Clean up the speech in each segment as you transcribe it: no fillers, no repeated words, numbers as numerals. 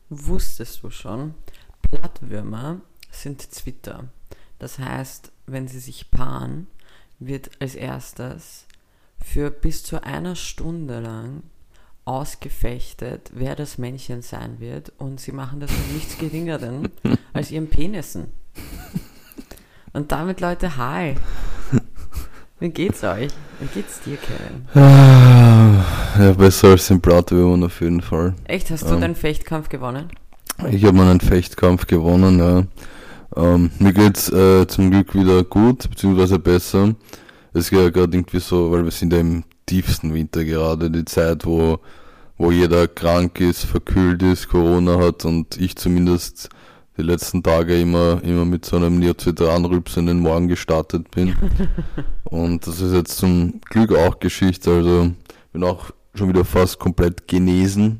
Wusstest du schon, Plattwürmer sind Zwitter. Das heißt, wenn sie sich paaren, wird als erstes für bis zu 1 Stunde lang ausgefechtet, wer das Männchen sein wird, und sie machen das mit nichts Geringeren als ihren Penissen. Und damit, Leute, hi. Wie geht's euch? Wie geht's dir, Kevin? Ja, besser als den Blattwürmern auf jeden Fall. Echt, hast du deinen Fechtkampf gewonnen? Ich habe meinen Fechtkampf gewonnen, ja. Mir geht's zum Glück wieder gut, beziehungsweise besser. Es geht ja gerade irgendwie so, weil wir sind ja im tiefsten Winter gerade, die Zeit, wo jeder krank ist, verkühlt ist, Corona hat, und ich zumindest die letzten Tage immer mit so einem Neozytran-Rübs in den Morgen gestartet bin. Und das ist jetzt zum Glück auch Geschichte, also bin auch schon wieder fast komplett genesen.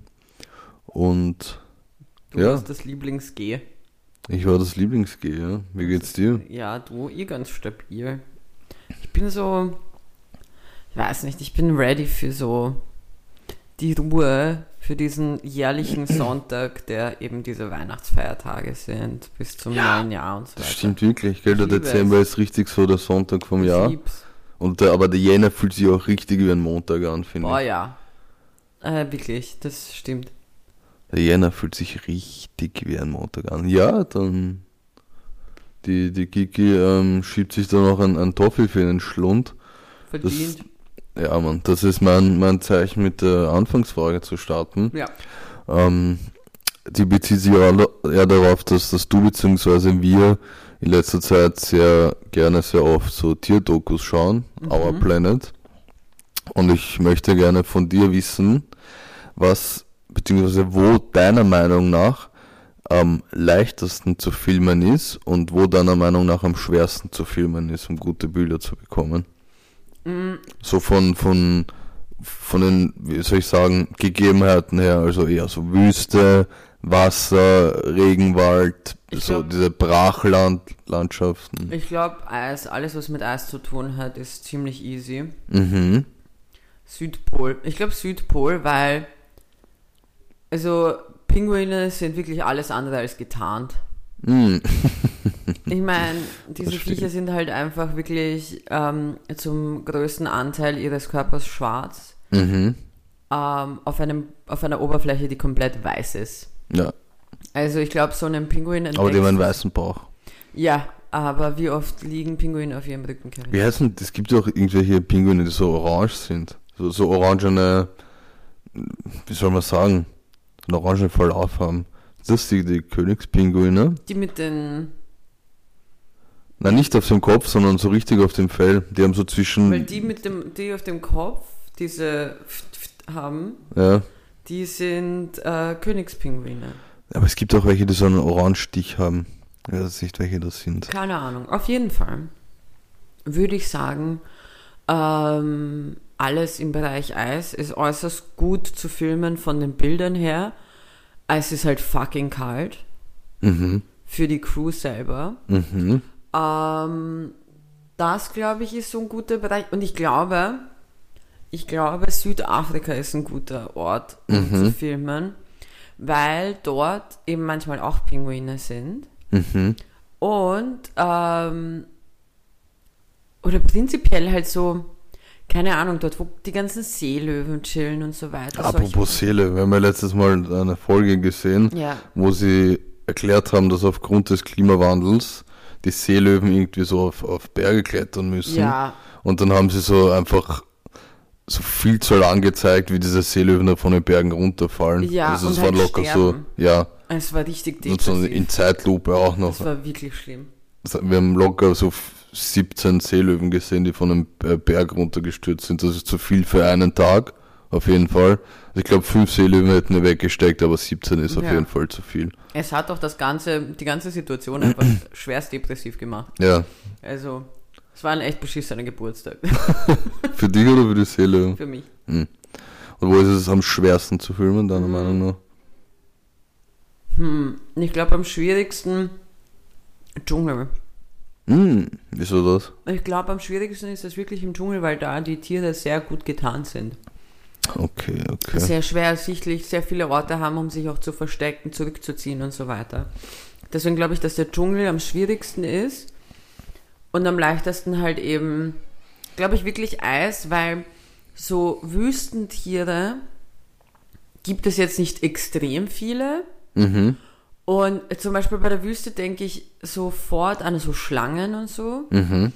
Und Du warst das Lieblings-G. ich war das Lieblings-G, ja. Wie geht's dir? Ja, ich ganz stabil. Ich bin so, ich weiß nicht, ich bin ready für so die Ruhe, für diesen jährlichen Sonntag, der eben diese Weihnachtsfeiertage sind, bis zum neuen Jahr und so weiter. Das stimmt wirklich, gell? Der Ich liebe Dezember ist richtig so der Sonntag vom Ich Jahr. lieb's. Aber der Jänner fühlt sich auch richtig wie ein Montag an, finde Boah, ich. ja. Wirklich, das stimmt. Der Jänner fühlt sich richtig wie ein Montag an. Ja, dann die Kiki schiebt sich da noch ein Toffee in den Schlund. Verdient. Ja, Mann, das ist mein Zeichen, mit der Anfangsfrage zu starten. Ja. Die bezieht sich eher darauf, dass du bzw. wir in letzter Zeit sehr oft so Tierdokus schauen, Our Planet. Und ich möchte gerne von dir wissen, was bzw. wo deiner Meinung nach am leichtesten zu filmen ist und wo deiner Meinung nach am schwersten zu filmen ist, um gute Bilder zu bekommen. So von den, wie soll ich sagen, Gegebenheiten her, also eher so Wüste, Wasser, Regenwald, so diese Brachlandschaften. Ich glaube, Eis, alles was mit Eis zu tun hat, ist ziemlich easy. Südpol. Ich glaube Südpol, weil also Pinguine sind wirklich alles andere als getarnt. Ich meine, diese Viecher sind halt einfach wirklich zum größten Anteil ihres Körpers schwarz. Auf einer Oberfläche, die komplett weiß ist. Ja. Also ich glaube, so einen Pinguin... Aber die haben einen weißen Bauch. Ja, aber wie oft liegen Pinguine auf ihrem Rücken? Wie heißen, es gibt ja auch irgendwelche Pinguine, die so orange sind. So orangene, wie soll man sagen, einen orangen Verlauf haben. Das sind die Königspinguine. Die mit den... Nein, nicht auf dem Kopf, sondern so richtig auf dem Fell. Die haben so zwischen... Weil die auf dem Kopf diese haben, Ja. die sind Königspinguine. Aber es gibt auch welche, die so einen Orange-Stich haben. Ich weiß nicht, welche das sind. Keine Ahnung. Auf jeden Fall würde ich sagen, alles im Bereich Eis ist äußerst gut zu filmen von den Bildern her. Es ist halt fucking kalt. Für die Crew selber. Das, glaube ich, ist so ein guter Bereich. Und ich glaube, Südafrika ist ein guter Ort, um zu filmen, weil dort eben manchmal auch Pinguine sind. Und, oder prinzipiell halt so, keine Ahnung, dort, wo die ganzen Seelöwen chillen und so weiter. Apropos Seele, wir haben ja letztes Mal eine Folge gesehen, wo sie erklärt haben, dass aufgrund des Klimawandels die Seelöwen irgendwie so auf Berge klettern müssen. Ja. Und dann haben sie so einfach so Vielzahl angezeigt, wie diese Seelöwen da von den Bergen runterfallen. Ja, also es und war halt locker sterben. so, ja. Es war richtig Und so depressiv. in Zeitlupe auch noch. Das war wirklich schlimm. Wir haben locker so 17 Seelöwen gesehen, die von einem Berg runtergestürzt sind. Das ist zu viel für einen Tag, auf jeden Fall. Also ich glaube, 5 Seelöwen hätten wir weggesteckt, aber 17 ist auf jeden Fall zu viel. Es hat auch die ganze Situation einfach schwerst depressiv gemacht. Ja. Also, es war ein echt beschissener Geburtstag. Für dich oder für die Seelöwen? Für mich. Und wo ist es am schwersten zu filmen, deiner Meinung nach? Ich glaube, am schwierigsten Dschungel. Wieso das? Ich glaube, am schwierigsten ist es wirklich im Dschungel, weil da die Tiere sehr gut getarnt sind. Okay. sehr schwer ersichtlich, sehr viele Orte haben, um sich auch zu verstecken, zurückzuziehen und so weiter. Deswegen glaube ich, dass der Dschungel am schwierigsten ist und am leichtesten halt eben, glaube ich, wirklich Eis, weil so Wüstentiere gibt es jetzt nicht extrem viele. Mhm. Und zum Beispiel bei der Wüste denke ich sofort an so Schlangen und so. Mhm.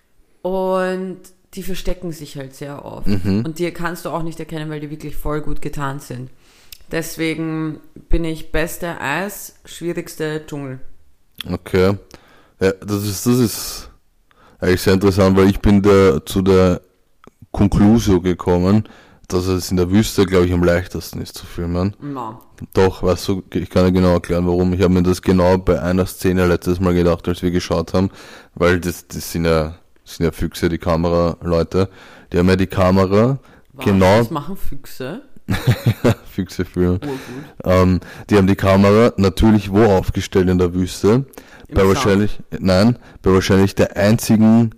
Und die verstecken sich halt sehr oft. Mhm. Und die kannst du auch nicht erkennen, weil die wirklich voll gut getarnt sind. Deswegen bin ich beste Eis, schwierigste Dschungel. Okay. Ja, das ist eigentlich sehr interessant, weil ich bin zu der Conclusio gekommen, dass es in der Wüste, glaube ich, am leichtesten ist zu filmen. Na. Doch, weißt du, ich kann dir genau erklären, warum. Ich habe mir das genau bei einer Szene letztes Mal gedacht, als wir geschaut haben, weil das sind ja Füchse, die Kameraleute. Die haben ja die Kamera genau... Was machen Füchse? Füchse filmen. Urgut. Die haben die Kamera natürlich wo aufgestellt in der Wüste? Bei wahrscheinlich der einzigen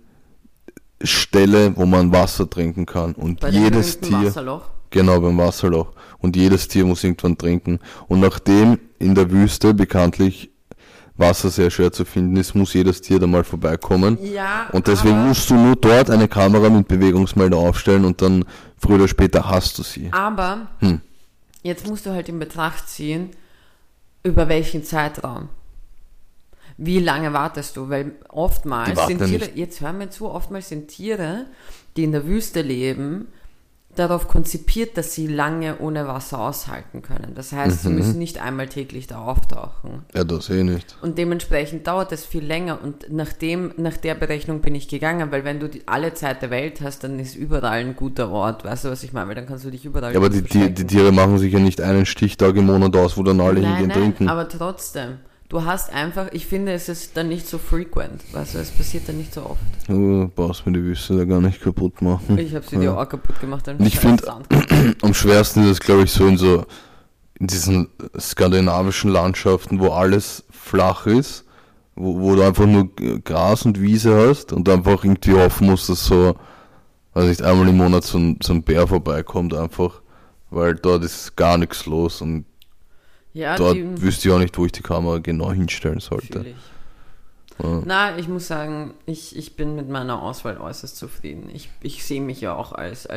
Stelle, wo man Wasser trinken kann. Und Bei jedes dem Tier... Wasserloch. Genau, beim Wasserloch. Und jedes Tier muss irgendwann trinken. Und nachdem in der Wüste bekanntlich Wasser sehr schwer zu finden ist, muss jedes Tier da mal vorbeikommen. Ja, Und deswegen musst du nur dort eine Kamera mit Bewegungsmelder aufstellen und dann früher oder später hast du sie. aber jetzt musst du halt in Betracht ziehen, über welchen Zeitraum. Wie lange wartest du? Weil oftmals Die warten sind Tiere, nicht. jetzt hör mir zu, oftmals sind Tiere, die in der Wüste leben, darauf konzipiert, dass sie lange ohne Wasser aushalten können. Das heißt, sie müssen nicht einmal täglich da auftauchen. Ja, das nicht. Und dementsprechend dauert es viel länger. Und nach der Berechnung bin ich gegangen, weil wenn du alle Zeit der Welt hast, dann ist überall ein guter Ort. Weißt du, was ich meine? Weil dann kannst du dich überall Ja, aber die Tiere machen sich ja nicht einen Stichtag im Monat aus, wo dann alle hingehen trinken. Aber trotzdem. Du hast einfach, ich finde, es ist dann nicht so frequent. Weißt du, es passiert dann nicht so oft. Du brauchst mir die Wüste da gar nicht kaputt machen. Ich habe sie dir auch kaputt gemacht. Und ich finde, am schwersten ist es, glaube ich, so in diesen skandinavischen Landschaften, wo alles flach ist, wo du einfach nur Gras und Wiese hast und einfach irgendwie hoffen musst, dass so, also nicht einmal im Monat so ein Bär vorbeikommt einfach, weil dort ist gar nichts los und ja, dort wüsste ich auch nicht, wo ich die Kamera genau hinstellen sollte. Natürlich. Ja. Na, ich muss sagen, ich bin mit meiner Auswahl äußerst zufrieden. Ich sehe mich ja auch als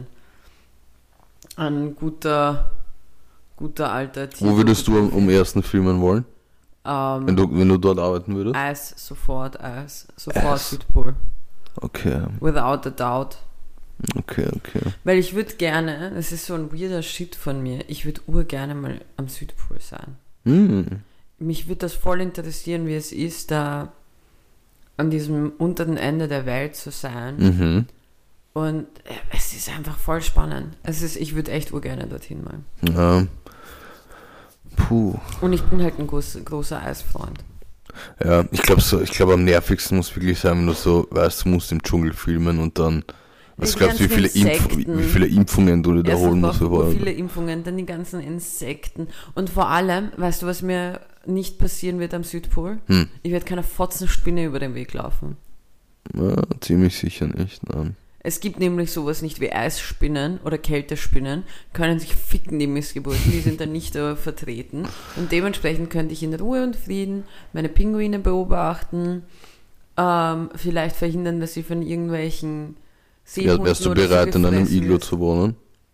ein guter alter Tier. Wo würdest du am ersten filmen wollen? Wenn du dort arbeiten würdest? Eis, sofort Südpol. Okay. Without a doubt. Okay. Weil ich würde gerne, das ist so ein weirder Shit von mir, ich würde urgerne mal am Südpol sein. Mich würde das voll interessieren, wie es ist, da an diesem unteren Ende der Welt zu sein. Und es ist einfach voll spannend. Ich würde echt urgerne dorthin mal. Ja. Puh. Und ich bin halt ein großer Eisfreund. Ja, ich glaube am nervigsten muss wirklich sein, wenn du so weißt, du musst im Dschungel filmen und dann, was glaubst du, wie viele Impfungen du dir da holen musst? Wie viele Impfungen, dann die ganzen Insekten. Und vor allem, weißt du, was mir nicht passieren wird am Südpol? Ich werde keine Fotzenspinne über den Weg laufen. Ja, ziemlich sicher nicht, nein. Es gibt nämlich sowas nicht wie Eisspinnen oder Kältespinnen, können sich ficken, die Missgeburten, die sind dann nicht vertreten. Und dementsprechend könnte ich in Ruhe und Frieden meine Pinguine beobachten, vielleicht verhindern, dass sie von irgendwelchen Seehunden wärst du bereit, in einem Iglu zu wohnen?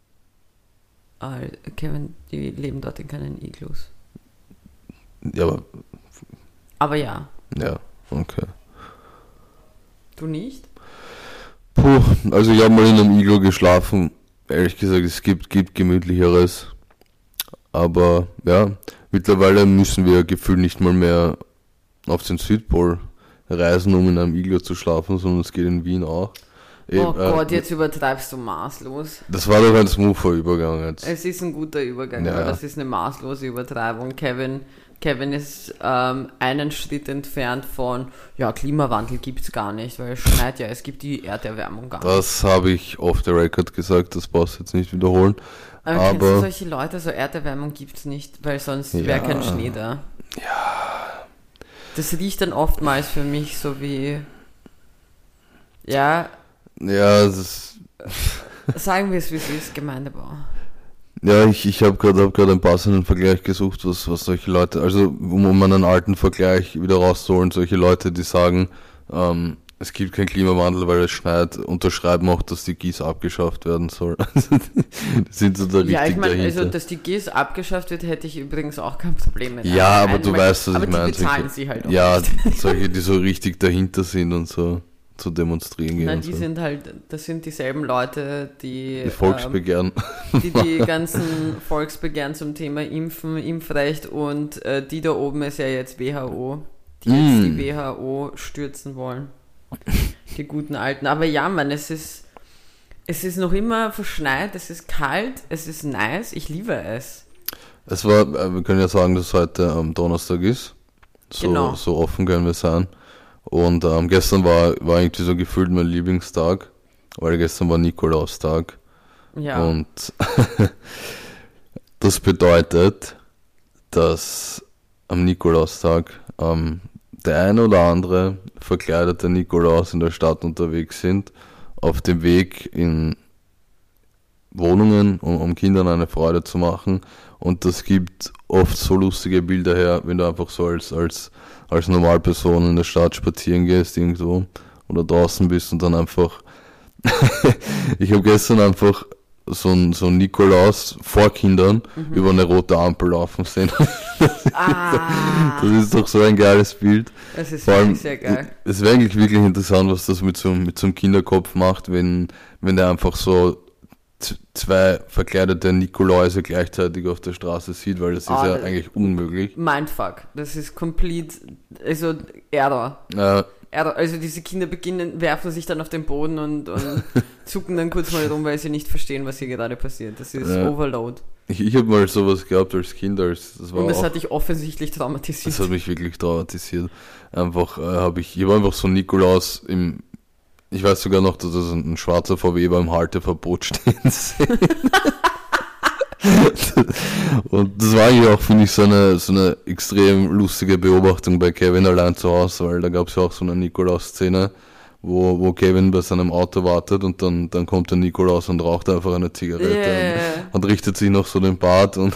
Kevin, die leben dort in keinen Iglus. Ja, aber ja. Ja, okay. Du nicht? Puh, also ich habe mal in einem Iglu geschlafen. Ehrlich gesagt, es gibt gemütlicheres. Aber ja, mittlerweile müssen wir gefühlt nicht mal mehr auf den Südpol reisen, um in einem Iglu zu schlafen, sondern es geht in Wien auch. Gott, jetzt übertreibst du maßlos. Das war doch ein smoother Übergang jetzt. Es ist ein guter Übergang, ja. Aber das ist eine maßlose Übertreibung. Kevin ist einen Schritt entfernt von, ja, Klimawandel gibt's gar nicht, weil es schneit ja, es gibt die Erderwärmung gar nicht. Das habe ich off the record gesagt, das brauchst du jetzt nicht wiederholen. Aber kennst du solche Leute, so Erderwärmung gibt's nicht, weil sonst wäre kein Schnee da. Ja. Das riecht dann oftmals für mich so wie, ja. Ja, das ist... Sagen wir es, wie es ist, Gemeindebau. Ja, ich habe gerade einen passenden Vergleich gesucht, was solche Leute, also um einen alten Vergleich wieder rauszuholen, solche Leute, die sagen, es gibt keinen Klimawandel, weil es schneit, unterschreiben auch, dass die GIS abgeschafft werden soll. Die sind so da richtig Ja, ich meine, dahinter. also, dass die GIS abgeschafft wird, hätte ich übrigens auch kein Problem mit. Ja, aber du weißt, was aber ich meine. die bezahlen sie halt auch Ja, nicht. solche, die so richtig dahinter sind und so zu demonstrieren gehen. Na, und die so. sind halt, das sind dieselben Leute, die Volksbegehren. die ganzen Volksbegehren zum Thema Impfen, Impfrecht und die da oben ist ja jetzt WHO, die jetzt die WHO stürzen wollen. Die guten Alten. Aber ja, Mann, es ist noch immer verschneit, es ist kalt, es ist nice, ich liebe es. Es war, wir können ja sagen, dass heute am Donnerstag ist. Genau. So offen können wir sein. Und gestern war irgendwie so gefühlt mein Lieblingstag, weil gestern war Nikolaustag. Ja. Und das bedeutet, dass am Nikolaustag der ein oder andere verkleidete Nikolaus in der Stadt unterwegs sind, auf dem Weg in Wohnungen, um Kindern eine Freude zu machen. Und das gibt oft so lustige Bilder her, wenn du einfach so als Normalperson in der Stadt spazieren gehst irgendwo oder draußen bist und dann einfach ich habe gestern einfach so ein Nikolaus vor Kindern über eine rote Ampel laufen sehen. Das ist doch so ein geiles Bild. Das ist Vor allem, wirklich sehr geil. es wäre eigentlich wirklich interessant, was das mit so einem Kinderkopf macht, wenn der einfach so zwei verkleidete Nikoläuse gleichzeitig auf der Straße sieht, weil das ist ja eigentlich unmöglich. Mindfuck. Das ist complete, also Error. Also diese Kinder werfen sich dann auf den Boden und zucken dann kurz mal rum, weil sie nicht verstehen, was hier gerade passiert. Das ist Overload. Ich habe mal sowas gehabt als Kind, und das hat dich offensichtlich traumatisiert. Das hat mich wirklich traumatisiert. Einfach ich habe einfach so Nikolaus ich weiß sogar noch, dass das ein schwarzer VW war im Halteverbot stehen sehen. Und das war eigentlich auch, finde ich, so eine extrem lustige Beobachtung bei Kevin allein zu Hause, weil da gab es ja auch so eine Nikolaus-Szene, wo Kevin bei seinem Auto wartet und dann kommt der Nikolaus und raucht einfach eine Zigarette und richtet sich noch so den Bart und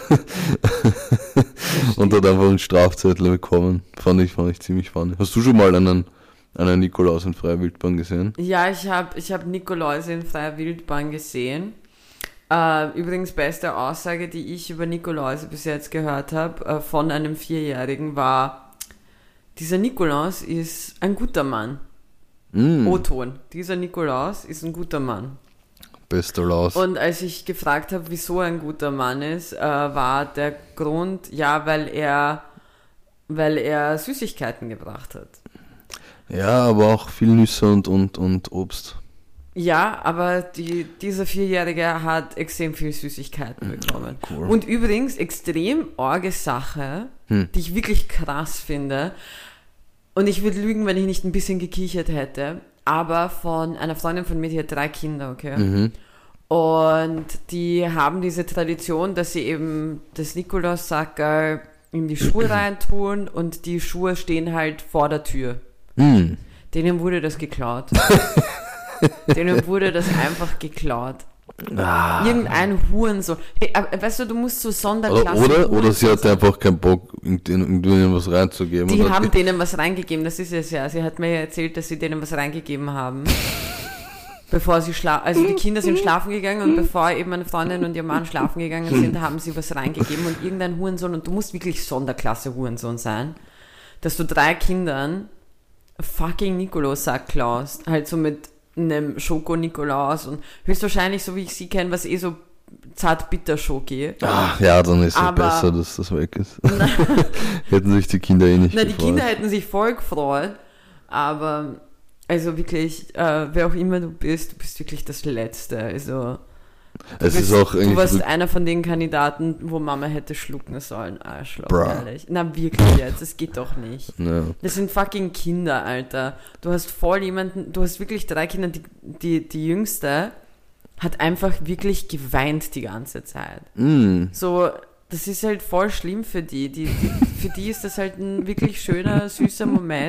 hat einfach einen Strafzettel bekommen. Fand ich ziemlich funny. Hast du schon mal einen Nikolaus in freier Wildbahn gesehen? Ja, ich hab Nikolaus in freier Wildbahn gesehen. Übrigens, beste Aussage, die ich über Nikoläuse bis jetzt gehört habe, von einem 4-Jährigen war, dieser Nikolaus ist ein guter Mann. O-Ton. Dieser Nikolaus ist ein guter Mann. Bester Laus. Und als ich gefragt habe, wieso er ein guter Mann ist, war der Grund, weil er Süßigkeiten gebracht hat. Ja, aber auch viel Nüsse und Obst. Ja, aber dieser 4-Jährige hat extrem viel Süßigkeiten bekommen. Cool. Und übrigens, extrem orge Sache, die ich wirklich krass finde. Und ich würde lügen, wenn ich nicht ein bisschen gekichert hätte. Aber von einer Freundin von mir, die hat 3 Kinder, okay? Und die haben diese Tradition, dass sie eben das Nikolaussackerl in die Schuhe reintun und die Schuhe stehen halt vor der Tür. Denen wurde das geklaut. Denen wurde das einfach geklaut. Irgendein Hurensohn. Hey, weißt du musst so Sonderklassen... Oder sie hatte einfach keinen Bock, irgendjemandem was reinzugeben. Die haben denen was reingegeben, das ist es ja. Sie hat mir ja erzählt, dass sie denen was reingegeben haben. Bevor sie also die Kinder sind schlafen gegangen und bevor eben meine Freundin und ihr Mann schlafen gegangen sind, haben sie was reingegeben und irgendein Hurensohn, und du musst wirklich Sonderklasse Hurensohn sein, dass du 3 Kindern fucking Nikolaussack klaust, halt so mit einem Schoko-Nikolaus und höchstwahrscheinlich, so wie ich sie kenne, was so Zart-Bitter-Schoki. Ja, dann ist es besser, dass das weg ist. Hätten sich die Kinder nicht gefreut. Die Kinder hätten sich voll gefreut, aber also wirklich, wer auch immer du bist wirklich das Letzte. Also du warst einer von den Kandidaten, wo Mama hätte schlucken sollen. Arschloch, ehrlich. Na wirklich jetzt, das geht doch nicht. Ja. Das sind fucking Kinder, Alter. Du hast wirklich 3 Kinder, die Jüngste hat einfach wirklich geweint die ganze Zeit. So, das ist halt voll schlimm für die. Für die ist das halt ein wirklich schöner, süßer Moment.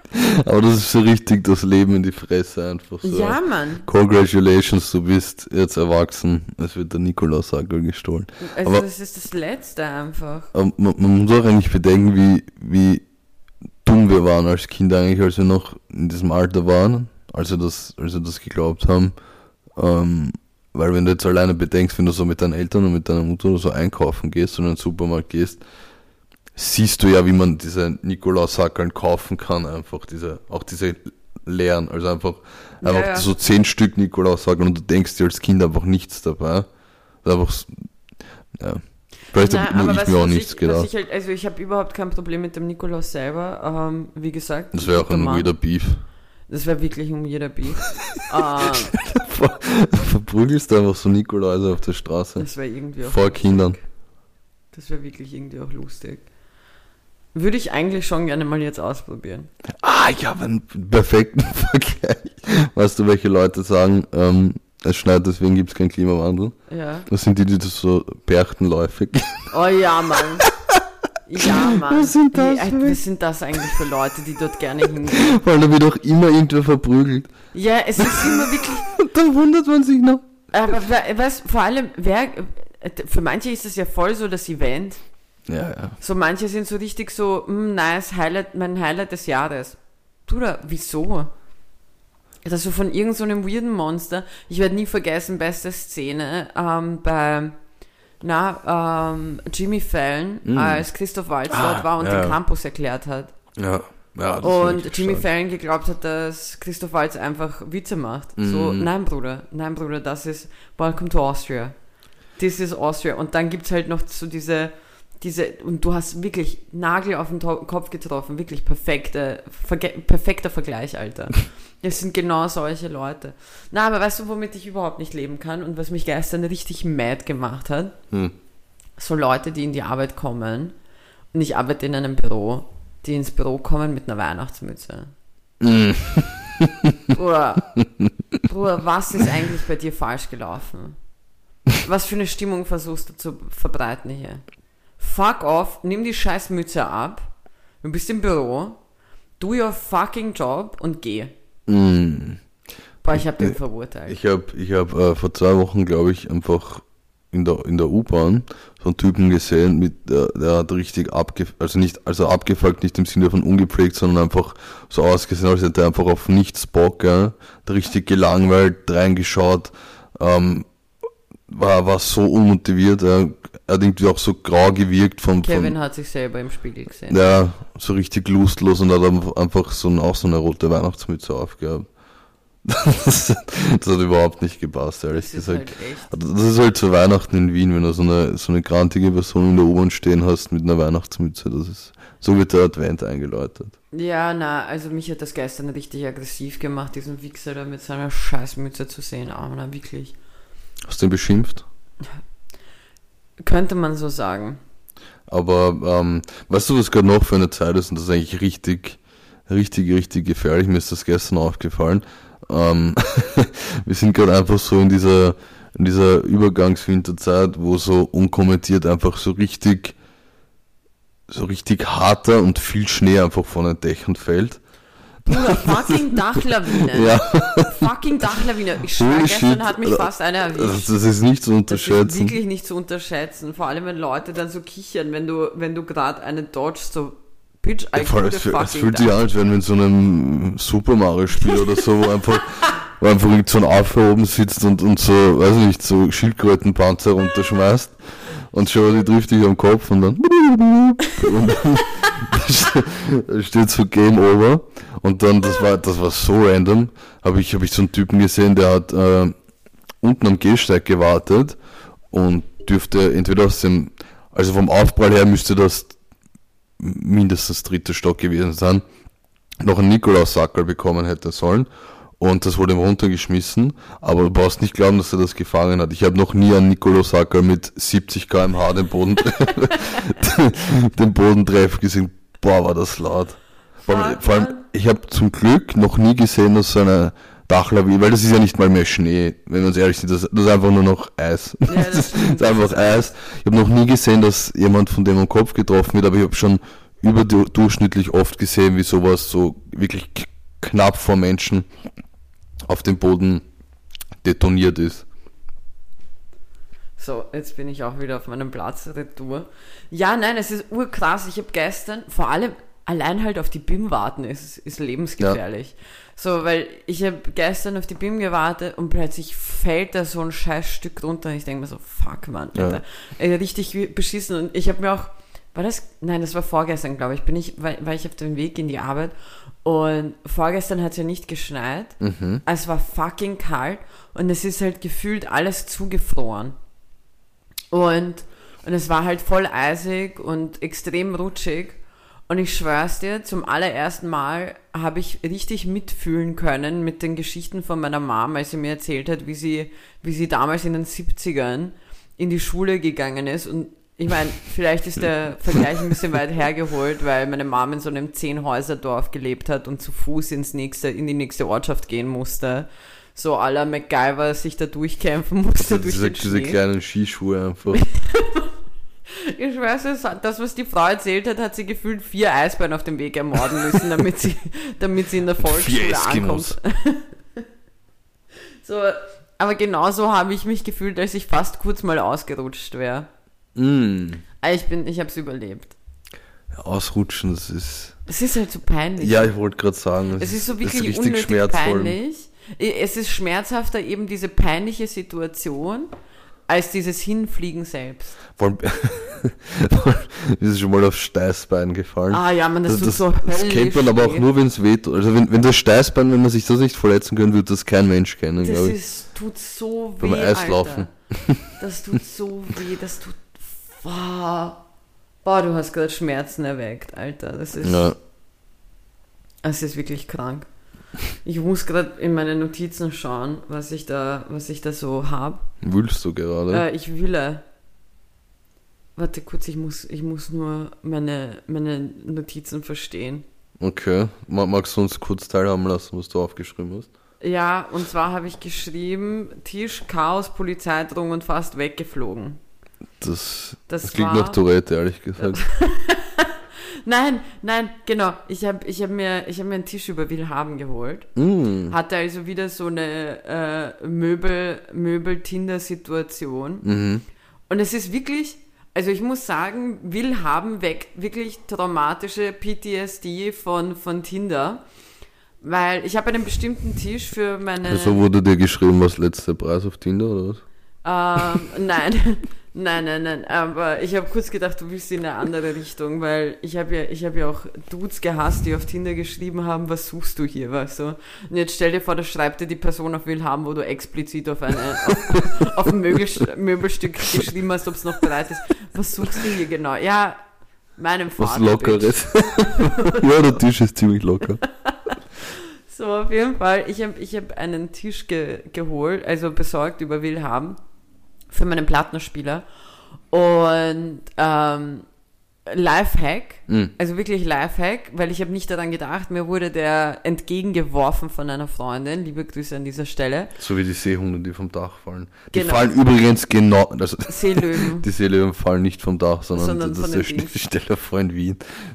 Aber das ist so richtig das Leben in die Fresse einfach so. Ja, Mann. Congratulations, du bist jetzt erwachsen. Es wird der Nikolaus-Sackerl gestohlen. Also aber, das ist das Letzte einfach. Aber man muss auch eigentlich bedenken, wie dumm wir waren als Kinder eigentlich, als wir noch in diesem Alter waren, als wir das geglaubt haben. Weil wenn du jetzt alleine bedenkst, wenn du so mit deinen Eltern und mit deiner Mutter oder so einkaufen gehst und in den Supermarkt gehst, siehst du ja, wie man diese Nikolaus-Sackerln kaufen kann, einfach diese leeren, also einfach ja. So 10 Stück Nikolaus-Sackerln und du denkst dir als Kind einfach nichts dabei. Einfach, ja. Vielleicht habe ich mir auch nichts gedacht. Also ich habe überhaupt kein Problem mit dem Nikolaus selber, wie gesagt. Das wäre auch ein weirder Beef. Das wäre wirklich ein weirder Beef. Verprügelst du einfach so Nikoläuse auf der Straße. Das wäre irgendwie auch vor lustig. Kindern. Das wäre wirklich irgendwie auch lustig. Würde ich eigentlich schon gerne mal jetzt ausprobieren. Ich habe einen perfekten Vergleich. Weißt du, welche Leute sagen, es schneit, deswegen gibt es keinen Klimawandel? Ja. Das sind die das so berchtenläufig. Oh ja, Mann. Ja, Mann. Was sind das? Was sind das eigentlich für Leute, die dort gerne hingehen? Weil da wird auch immer irgendwer verprügelt. Ja, es ist immer wirklich... Und dann wundert man sich noch. Aber vor allem, für manche ist es ja voll so das Event. Ja. So manche sind so richtig so, nice, mein Highlight des Jahres. Bruder, wieso? Das ist so von irgend so einem weirden Monster. Ich werde nie vergessen, beste Szene bei Jimmy Fallon, als Christoph Waltz dort war und den Campus erklärt hat. Ja, das und ist Jimmy Fallon geglaubt hat, dass Christoph Waltz einfach Witze macht. So, nein Bruder, das ist Welcome to Austria. This is Austria. Und dann gibt's halt noch so diese, und du hast wirklich Nagel auf den Kopf getroffen, wirklich perfekter Vergleich, Alter. Es sind genau solche Leute. Na, aber weißt du, womit ich überhaupt nicht leben kann und was mich gestern richtig mad gemacht hat? So Leute, die in die Arbeit kommen, und ich arbeite in einem Büro, die ins Büro kommen mit einer Weihnachtsmütze. Bruder, was ist eigentlich bei dir falsch gelaufen? Was für eine Stimmung versuchst du zu verbreiten hier? Fuck off, nimm die scheiß Mütze ab, du bist im Büro, do your fucking job und geh. Boah, ich hab den verurteilt. Ich hab vor 2 Wochen, glaube ich, einfach in der U-Bahn so einen Typen gesehen, der hat richtig abgefuckt, nicht im Sinne von ungepflegt, sondern einfach so ausgesehen, als hätte er einfach auf nichts Bock, ja, hat richtig gelangweilt, reingeschaut, war so unmotiviert, er hat irgendwie auch so grau gewirkt Kevin hat sich selber im Spiegel gesehen. Ja, so richtig lustlos und hat einfach auch so eine rote Weihnachtsmütze aufgehabt. Das hat überhaupt nicht gepasst, ehrlich gesagt. Das ist halt zu Weihnachten in Wien, wenn du so eine grantige Person in der U-Bahn stehen hast mit einer Weihnachtsmütze. So wird der Advent eingeläutet. Ja, also mich hat das gestern richtig aggressiv gemacht, diesen Wichser da mit seiner Scheißmütze zu sehen. Aber na, wirklich. Hast du ihn beschimpft? Könnte man so sagen. Aber weißt du, was gerade noch für eine Zeit ist? Und das ist eigentlich richtig gefährlich. Mir ist das gestern aufgefallen. Wir sind gerade einfach so in dieser Übergangswinterzeit, wo so unkommentiert einfach so richtig harter und viel Schnee einfach von den Dächern fällt. Bruder, fucking Dachlawine. Ja. Fucking Dachlawine. Ich schwöre, gestern hat mich fast einer erwischt. Das ist nicht zu unterschätzen. Das ist wirklich nicht zu unterschätzen. Vor allem, wenn Leute dann so kichern, wenn du gerade einen Dodge so Bitch, es fühlt sich an, als wenn wir in so einem Super Mario Spiel oder so, wo einfach so ein Affe oben sitzt und so, weiß nicht, so Schildkrötenpanzer runterschmeißt und schon die trifft dich am Kopf und dann steht so Game Over und dann, das war so random, habe ich so einen Typen gesehen, der hat unten am Gehsteig gewartet und dürfte entweder also vom Aufprall her müsste das mindestens 3. Stock gewesen sein, noch einen Nikolaus-Sackerl bekommen hätte sollen und das wurde ihm runtergeschmissen, aber du brauchst nicht glauben, dass er das gefangen hat. Ich habe noch nie einen Nikolaus-Sackerl mit 70 km/h den Bodentreff gesehen. Boah, war das laut. Vor allem, ich habe zum Glück noch nie gesehen, dass so eine Dachlawine, weil das ist ja nicht mal mehr Schnee, wenn wir uns ehrlich sind, das ist einfach nur noch Eis. Ja, das ist einfach Eis. Ich habe noch nie gesehen, dass jemand von dem am Kopf getroffen wird, aber ich habe schon überdurchschnittlich oft gesehen, wie sowas so wirklich knapp vor Menschen auf dem Boden detoniert ist. So, jetzt bin ich auch wieder auf meinem Platz retour. Ja, nein, es ist urkrass. Ich habe gestern, vor allem allein halt auf die BIM warten, ist lebensgefährlich. Ja. So, weil ich habe gestern auf die BIM gewartet und plötzlich fällt da so ein scheiß Stück runter und ich denke mir so, fuck, Mann, Alter. Ja. Richtig beschissen. Und ich habe mir auch, das war vorgestern, glaube ich, war ich auf dem Weg in die Arbeit und vorgestern hat es ja nicht geschneit. Mhm. Es war fucking kalt und es ist halt gefühlt alles zugefroren. Und es war halt voll eisig und extrem rutschig. Und ich schwör's dir, zum allerersten Mal habe ich richtig mitfühlen können mit den Geschichten von meiner Mom, als sie mir erzählt hat, wie sie damals in den 70ern in die Schule gegangen ist. Und ich meine, vielleicht ist der Vergleich ein bisschen weit hergeholt, weil meine Mom in so einem 10-Häuser-Dorf gelebt hat und zu Fuß in die nächste Ortschaft gehen musste. So à la MacGyver sich da durchkämpfen musste durch den Schnee. Diese kleinen Skischuhe einfach. Ich weiß es, das, was die Frau erzählt hat sie gefühlt 4 Eisbären auf dem Weg ermorden müssen, damit sie in der Volksschule ankommt. So, aber genauso habe ich mich gefühlt, als ich fast kurz mal ausgerutscht wäre. Ich habe es überlebt. Ja, ausrutschen, das ist... Es ist halt so peinlich. Ja, ich wollte gerade sagen, es ist so wirklich unnötig peinlich. Es ist schmerzhafter, eben diese peinliche Situation, als dieses Hinfliegen selbst. Ist schon mal auf Steißbein gefallen. Ah ja, man, das tut so höllisch. Das kennt man aber auch nur, wenn es weht. Also wenn das Steißbein, wenn man sich das nicht verletzen könnte, würde das kein Mensch kennen, glaube ich. Das tut so weh, beim Eislaufen. Das tut so weh, Boah, du hast gerade Schmerzen erweckt, Alter. Das ist wirklich krank. Ich muss gerade in meine Notizen schauen, was ich da so habe. Wühlst du gerade? Ich wühle. Warte kurz, ich muss nur meine Notizen verstehen. Okay. Magst du uns kurz teilhaben lassen, was du aufgeschrieben hast? Ja, und zwar habe ich geschrieben, Tisch, Chaos, Polizeidrohung und fast weggeflogen. Das klingt nach Tourette, ehrlich gesagt. Nein, genau. Ich hab mir einen Tisch über Willhaben geholt. Hatte also wieder so eine Möbel-Tinder-Situation. Mhm. Und es ist wirklich, also ich muss sagen, Willhaben weckt wirklich traumatische PTSD von Tinder. Weil ich habe einen bestimmten Tisch für meine... Also wurde dir geschrieben, was letzter Preis auf Tinder, oder was? Nein, aber ich habe kurz gedacht, du willst in eine andere Richtung, weil ich habe ja auch Dudes gehasst, die auf Tinder geschrieben haben, was suchst du hier, weißt du? Und jetzt stell dir vor, da schreibt dir die Person auf Willhaben, wo du explizit auf ein Möbelstück geschrieben hast, ob es noch bereit ist. Was suchst du hier genau? Ja, meinem Vater. Was Lockeres. Ja, der Tisch ist ziemlich locker. So, auf jeden Fall, ich hab einen Tisch geholt, also besorgt über Willhaben, für meinen Plattenspieler. Und Lifehack, also wirklich Lifehack, weil ich habe nicht daran gedacht, mir wurde der entgegengeworfen von einer Freundin, liebe Grüße an dieser Stelle. So wie die Seehunde, die vom Dach fallen. Die fallen übrigens genau, also Seelöwen. Die Seelöwen fallen nicht vom Dach, sondern das ist der Stelle vor in Wien.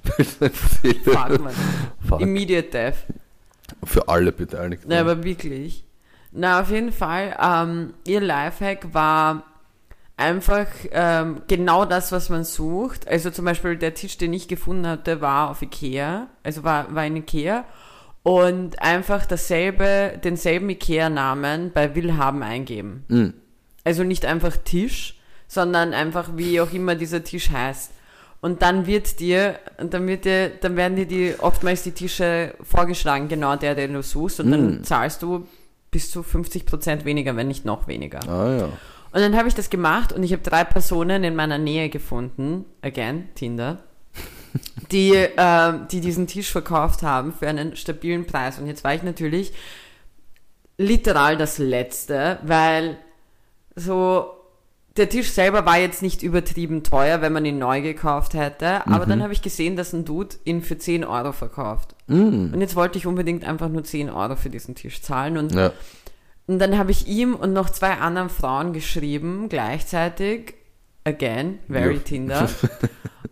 Fuck, man. Fuck. Immediate Death. Für alle Beteiligten. Na, aber wirklich. Na, auf jeden Fall, ihr Lifehack war einfach genau das, was man sucht. Also zum Beispiel der Tisch, den ich gefunden hatte, war auf Ikea, also war in Ikea und einfach denselben Ikea-Namen bei Willhaben eingeben. Mhm. Also nicht einfach Tisch, sondern einfach wie auch immer dieser Tisch heißt. Und dann werden dir oftmals die Tische vorgeschlagen, genau den du suchst, und dann zahlst du bis zu 50% weniger, wenn nicht noch weniger. Ah ja. Und dann habe ich das gemacht und ich habe 3 Personen in meiner Nähe gefunden, again, Tinder, die diesen Tisch verkauft haben für einen stabilen Preis. Und jetzt war ich natürlich literal das Letzte, weil so... Der Tisch selber war jetzt nicht übertrieben teuer, wenn man ihn neu gekauft hätte, aber dann habe ich gesehen, dass ein Dude ihn für 10 Euro verkauft. Und jetzt wollte ich unbedingt einfach nur 10 Euro für diesen Tisch zahlen. Und dann habe ich ihm und noch 2 anderen Frauen geschrieben, gleichzeitig, again, very Tinder.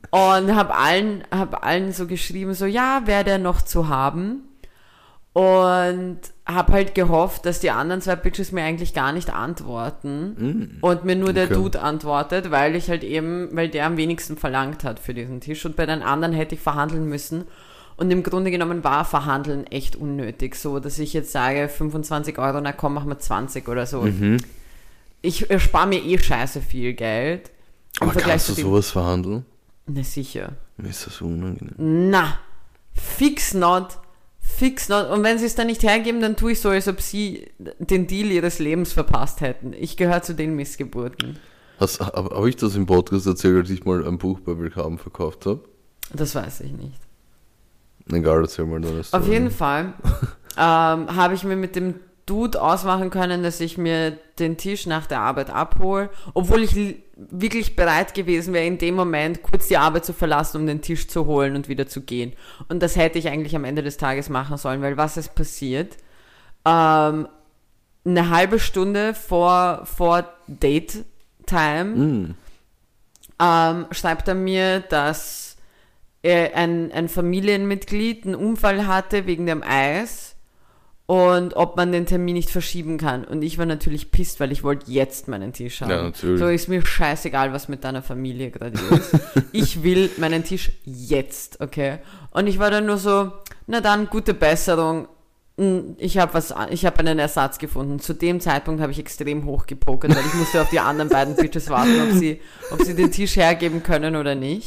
Und hab allen so geschrieben, so, ja, wäre der noch zu haben? Und hab halt gehofft, dass die anderen 2 Bitches mir eigentlich gar nicht antworten und mir nur der Dude antwortet, weil der am wenigsten verlangt hat für diesen Tisch, und bei den anderen hätte ich verhandeln müssen. Und im Grunde genommen war Verhandeln echt unnötig, so dass ich jetzt sage, 25 Euro, na komm, mach mal 20 oder so. Ich erspare mir scheiße viel Geld. Aber kannst du sowas verhandeln? Na sicher. Mir ist das so unangenehm. Na, fix not. Und wenn sie es dann nicht hergeben, dann tue ich so, als ob sie den Deal ihres Lebens verpasst hätten. Ich gehöre zu den Missgeburten. Habe ich das im Podcast erzählt, als ich mal ein Buch bei Willhaben verkauft habe? Das weiß ich nicht. Egal, erzähl mal das. Auf jeden Fall habe ich mir mit dem Dude ausmachen können, dass ich mir den Tisch nach der Arbeit abhole, obwohl ich wirklich bereit gewesen wäre, in dem Moment kurz die Arbeit zu verlassen, um den Tisch zu holen und wieder zu gehen. Und das hätte ich eigentlich am Ende des Tages machen sollen, weil was ist passiert? Eine halbe Stunde vor Date-Time schreibt er mir, dass ein Familienmitglied einen Unfall hatte wegen dem Eis und ob man den Termin nicht verschieben kann. Und ich war natürlich pisst, weil ich wollte jetzt meinen Tisch haben. Ja, natürlich. So, ist mir scheißegal, was mit deiner Familie gerade ist. Ich will meinen Tisch jetzt, okay? Und ich war dann nur so, na dann, gute Besserung. Ich habe einen Ersatz gefunden. Zu dem Zeitpunkt habe ich extrem hoch gepokert, weil ich musste auf die anderen beiden Bitches warten, ob sie den Tisch hergeben können oder nicht.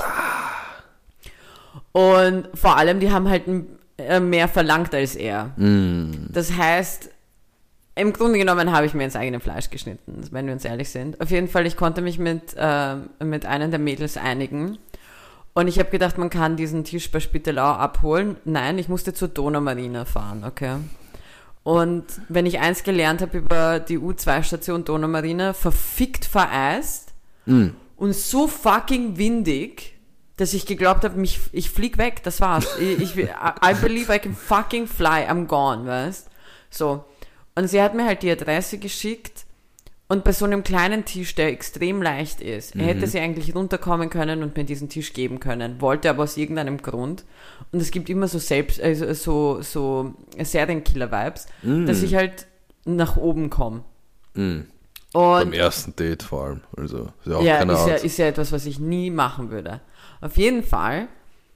Und vor allem, die haben halt mehr verlangt als er. Das heißt, im Grunde genommen habe ich mir ins eigene Fleisch geschnitten, wenn wir uns ehrlich sind. Auf jeden Fall, ich konnte mich mit einem der Mädels einigen. Und ich habe gedacht, man kann diesen Tisch bei Spittelau abholen. Nein, ich musste zur Donaumarina fahren, okay? Und wenn ich eins gelernt habe über die U2-Station Donaumarina, verfickt vereist und so fucking windig, dass ich geglaubt habe, ich flieg weg, das war's. I believe I can fucking fly, I'm gone, weißt? So. Und sie hat mir halt die Adresse geschickt und bei so einem kleinen Tisch, der extrem leicht ist, hätte sie eigentlich runterkommen können und mir diesen Tisch geben können, wollte aber aus irgendeinem Grund. Und es gibt immer so so Serienkiller-Vibes, dass ich halt nach oben komme. Und beim ersten Date vor allem. Also, ist ja auch keine Art. Ist ja etwas, was ich nie machen würde. Auf jeden Fall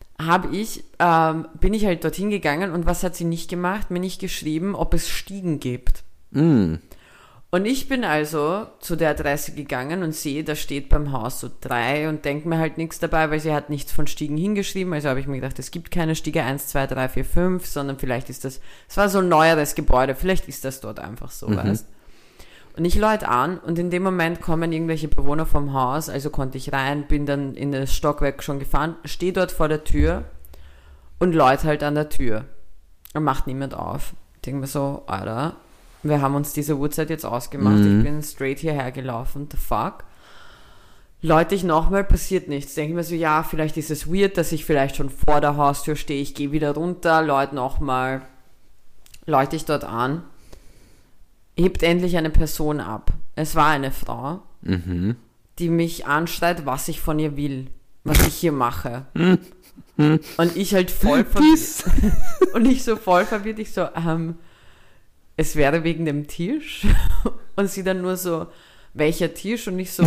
bin ich halt dorthin gegangen und was hat sie nicht gemacht? Mir nicht geschrieben, ob es Stiegen gibt. Und ich bin also zu der Adresse gegangen und sehe, da steht beim Haus so 3 und denke mir halt nichts dabei, weil sie hat nichts von Stiegen hingeschrieben. Also habe ich mir gedacht, es gibt keine Stiege 1, 2, 3, 4, 5, sondern vielleicht ist es war so ein neueres Gebäude, vielleicht ist das dort einfach so, weißt. Und ich läute an und in dem Moment kommen irgendwelche Bewohner vom Haus, also konnte ich rein, bin dann in das Stockwerk schon gefahren, stehe dort vor der Tür und läute halt an der Tür. Und macht niemand auf. Ich denke mir so, Alter, wir haben uns diese Uhrzeit jetzt ausgemacht, ich bin straight hierher gelaufen, the fuck. Läute ich nochmal, passiert nichts. Denke ich mir so, ja, vielleicht ist es weird, dass ich vielleicht schon vor der Haustür stehe, ich gehe wieder runter, läute nochmal, läute ich dort an. Hebt endlich eine Person ab. Es war eine Frau, die mich anschreit, was ich von ihr will, was ich hier mache. Und ich halt voll verwirrt. Und ich so voll verwirrt, ich so, es wäre wegen dem Tisch. Und sie dann nur so, welcher Tisch? Und ich so,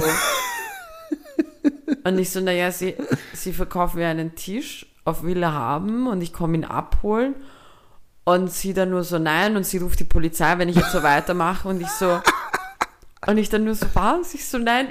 naja, sie verkaufen mir einen Tisch auf Wille haben und ich komme ihn abholen. Und sie dann nur so, nein, und sie ruft die Polizei, wenn ich jetzt so weitermache. Und ich dann nur so, was? Ich so, nein,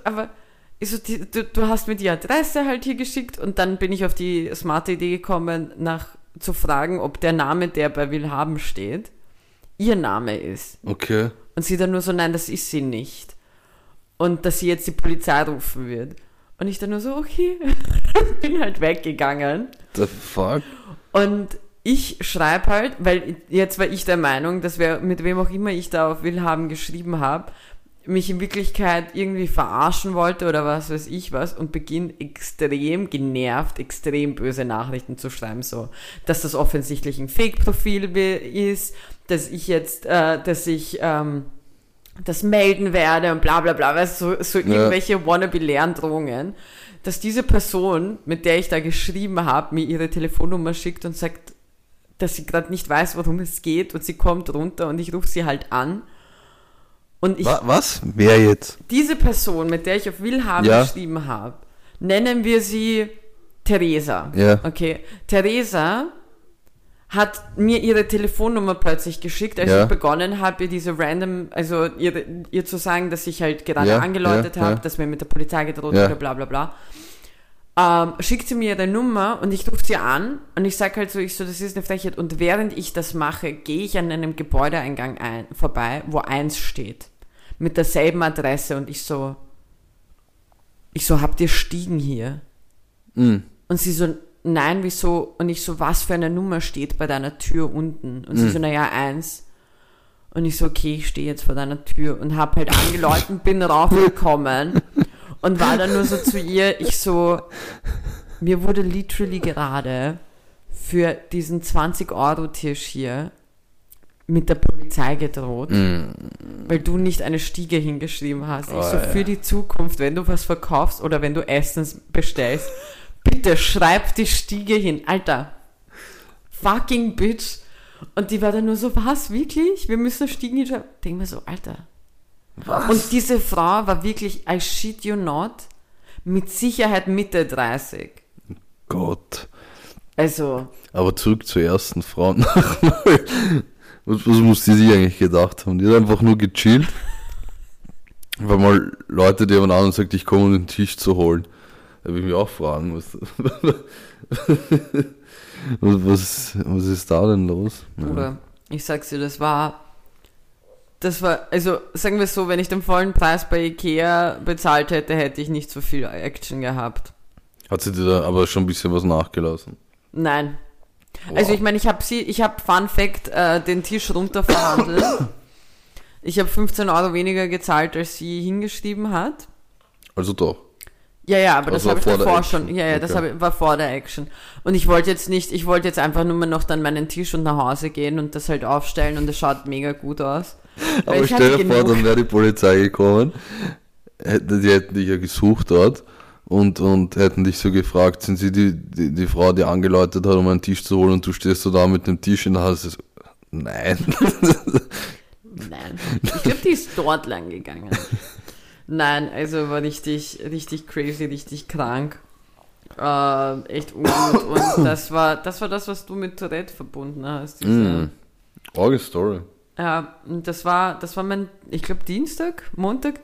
du hast mir die Adresse halt hier geschickt. Und dann bin ich auf die smarte Idee gekommen, zu fragen, ob der Name, der bei Willhaben steht, ihr Name ist. Okay. Und sie dann nur so, nein, das ist sie nicht. Und dass sie jetzt die Polizei rufen wird. Und ich dann nur so, okay. Bin halt weggegangen. The fuck? Und ich schreibe halt, weil jetzt war ich der Meinung, dass mit wem auch immer ich da auf Willhaben geschrieben habe, mich in Wirklichkeit irgendwie verarschen wollte oder was weiß ich was und beginne extrem genervt, extrem böse Nachrichten zu schreiben, so, dass das offensichtlich ein Fake-Profil ist, dass ich das melden werde und bla bla bla, weißt du, so irgendwelche wannabe-Lerndrohungen, dass diese Person, mit der ich da geschrieben habe, mir ihre Telefonnummer schickt und sagt, dass sie gerade nicht weiß, worum es geht und sie kommt runter und ich rufe sie halt an. Und ich, Was? Wer jetzt? diese Person, mit der ich auf Willhaben geschrieben habe, nennen wir sie Theresa. Ja. Okay. Theresa hat mir ihre Telefonnummer plötzlich geschickt, als ich begonnen habe, ihr diese random, also ihr zu sagen, dass ich halt gerade angeläutet habe, dass mir mit der Polizei gedroht wurde, bla bla bla. Schickt sie mir ihre Nummer und ich rufe sie an und ich sage halt so, das ist eine Frechheit. Und während ich das mache, gehe ich an einem Gebäudeeingang vorbei, wo 1 steht. Mit derselben Adresse und ich so, habt ihr Stiegen hier? Und sie so, nein, wieso? Und ich so, was für eine Nummer steht bei deiner Tür unten? Und sie so, naja, 1. Und ich so, okay, ich stehe jetzt vor deiner Tür und hab halt angeläutet, bin raufgekommen und war dann nur so zu ihr, ich so, mir wurde literally gerade für diesen 20-Euro-Tisch hier mit der Polizei gedroht, weil du nicht eine Stiege hingeschrieben hast. Ich so, für die Zukunft, wenn du was verkaufst oder wenn du Essen bestellst, bitte schreib die Stiege hin. Alter, fucking bitch. Und die war dann nur so, was, wirklich? Wir müssen Stiegen hinschreiben. Denk mir so, Alter. Was? Und diese Frau war wirklich, I shit you not, mit Sicherheit Mitte 30. Gott. Also. Aber zurück zur ersten Frau. Was muss die sich eigentlich gedacht haben? Die hat einfach nur gechillt. Weil mal Leute, die haben an und sagt, ich komme, um den Tisch zu holen. Da will ich mich auch fragen, was ist da denn los? Bruder, ich sag's dir, das war, also sagen wir es so, wenn ich den vollen Preis bei Ikea bezahlt hätte, hätte ich nicht so viel Action gehabt. Hat sie dir da aber schon ein bisschen was nachgelassen? Nein. Wow. Also ich meine, ich habe Fun Fact, den Tisch runterverhandelt. Ich habe 15 Euro weniger gezahlt, als sie hingeschrieben hat. Also doch. Ja, aber das habe ich davor schon. Ja, okay. Das war vor der Action. Und ich wollte jetzt einfach nur mal noch dann meinen Tisch und nach Hause gehen und das halt aufstellen und das schaut mega gut aus. Aber stell dir vor, dann wäre die Polizei gekommen, die hätten dich ja gesucht dort und hätten dich so gefragt, sind sie die Frau, die angeläutet hat, um einen Tisch zu holen und du stehst so da mit dem Tisch in der Hand, so, nein. Nein. Ich glaube, die ist dort lang gegangen. Nein, also war richtig, richtig crazy, richtig krank. Echt ungut. Und das war das, was du mit Tourette verbunden hast. Orge Story. Ja, und das war mein, ich glaube Montag.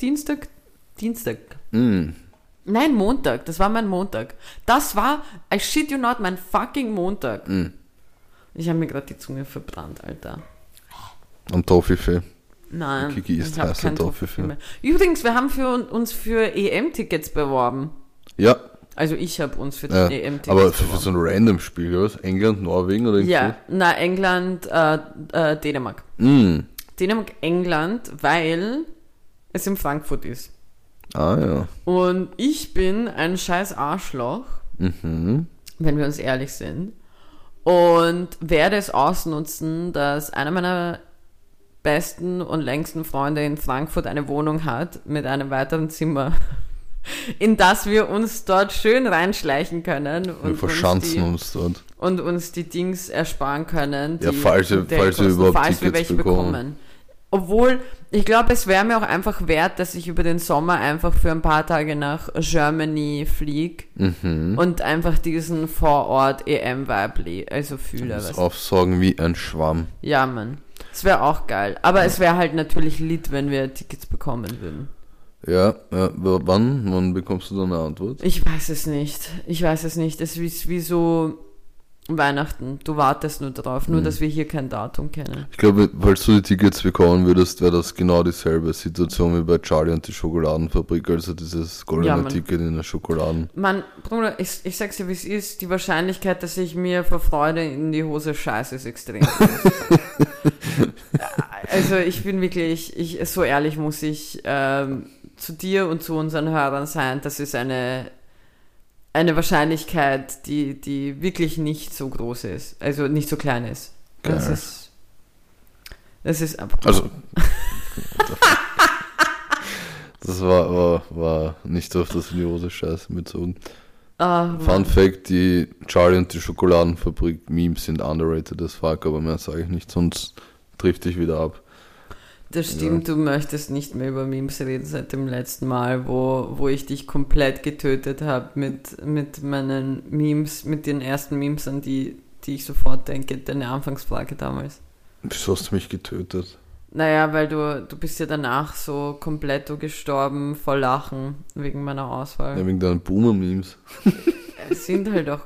Nein, Montag, das war mein Montag. Das war, I shit you not, mein fucking Montag. Ich habe mir gerade die Zunge verbrannt, Alter. Am Toffifee. Nein, Kiki ist heißer Toffifee mehr. Übrigens, wir haben uns für EM-Tickets beworben. Ja. Also ich habe uns für die EM-Tickets aber beworben. für so ein random Spiel, oder was? England, Norwegen oder irgendwie? Ja, England, Dänemark. Dänemark, England, weil es in Frankfurt ist. Ah ja. Und ich bin ein scheiß Arschloch, wenn wir uns ehrlich sind. Und werde es ausnutzen, dass einer meiner besten und längsten Freunde in Frankfurt eine Wohnung hat mit einem weiteren Zimmer, in das wir uns dort schön reinschleichen können und wir verschanzen uns dort und uns die Dings ersparen können, ja, falls wir überhaupt Tickets wir welche bekommen. Obwohl, ich glaube, es wäre mir auch einfach wert, dass ich über den Sommer einfach für ein paar Tage nach Germany fliege und einfach diesen Vorort EM-Vibe also fühle. Das aufsaugen wie ein Schwamm. Ja, Mann. Das wäre auch geil. Aber es wäre halt natürlich lit, wenn wir Tickets bekommen würden. Ja, wann bekommst du dann eine Antwort? Ich weiß es nicht. Es ist wie so Weihnachten. Du wartest nur drauf, nur dass wir hier kein Datum kennen. Ich glaube, falls du die Tickets bekommen würdest, wäre das genau dieselbe Situation wie bei Charlie und die Schokoladenfabrik, also dieses goldene Ticket in der Schokoladen. Mann, Bruder, ich sag's dir, wie es ist, die Wahrscheinlichkeit, dass ich mir vor Freude in die Hose scheiße, ist extrem groß. Also ich bin wirklich, so ehrlich muss ich zu dir und zu unseren Hörern sein, das ist eine Wahrscheinlichkeit, die wirklich nicht so groß ist, also nicht so klein ist. Das ist einfach. Also. Das war nicht auf das Niveau der Scheiße bezogen. Ah, Fun Fact, die Charlie und die Schokoladenfabrik Memes sind underrated as fuck, aber mehr sage ich nicht, sonst trifft dich wieder ab. das stimmt, du möchtest nicht mehr über Memes reden seit dem letzten Mal, wo ich dich komplett getötet habe mit meinen Memes, mit den ersten Memes, an die ich sofort denke, deine Anfangsfrage damals. Wieso hast du mich getötet? Naja, weil du bist ja danach so komplett gestorben vor Lachen wegen meiner Auswahl. Ja, wegen deinen Boomer-Memes. Es sind halt auch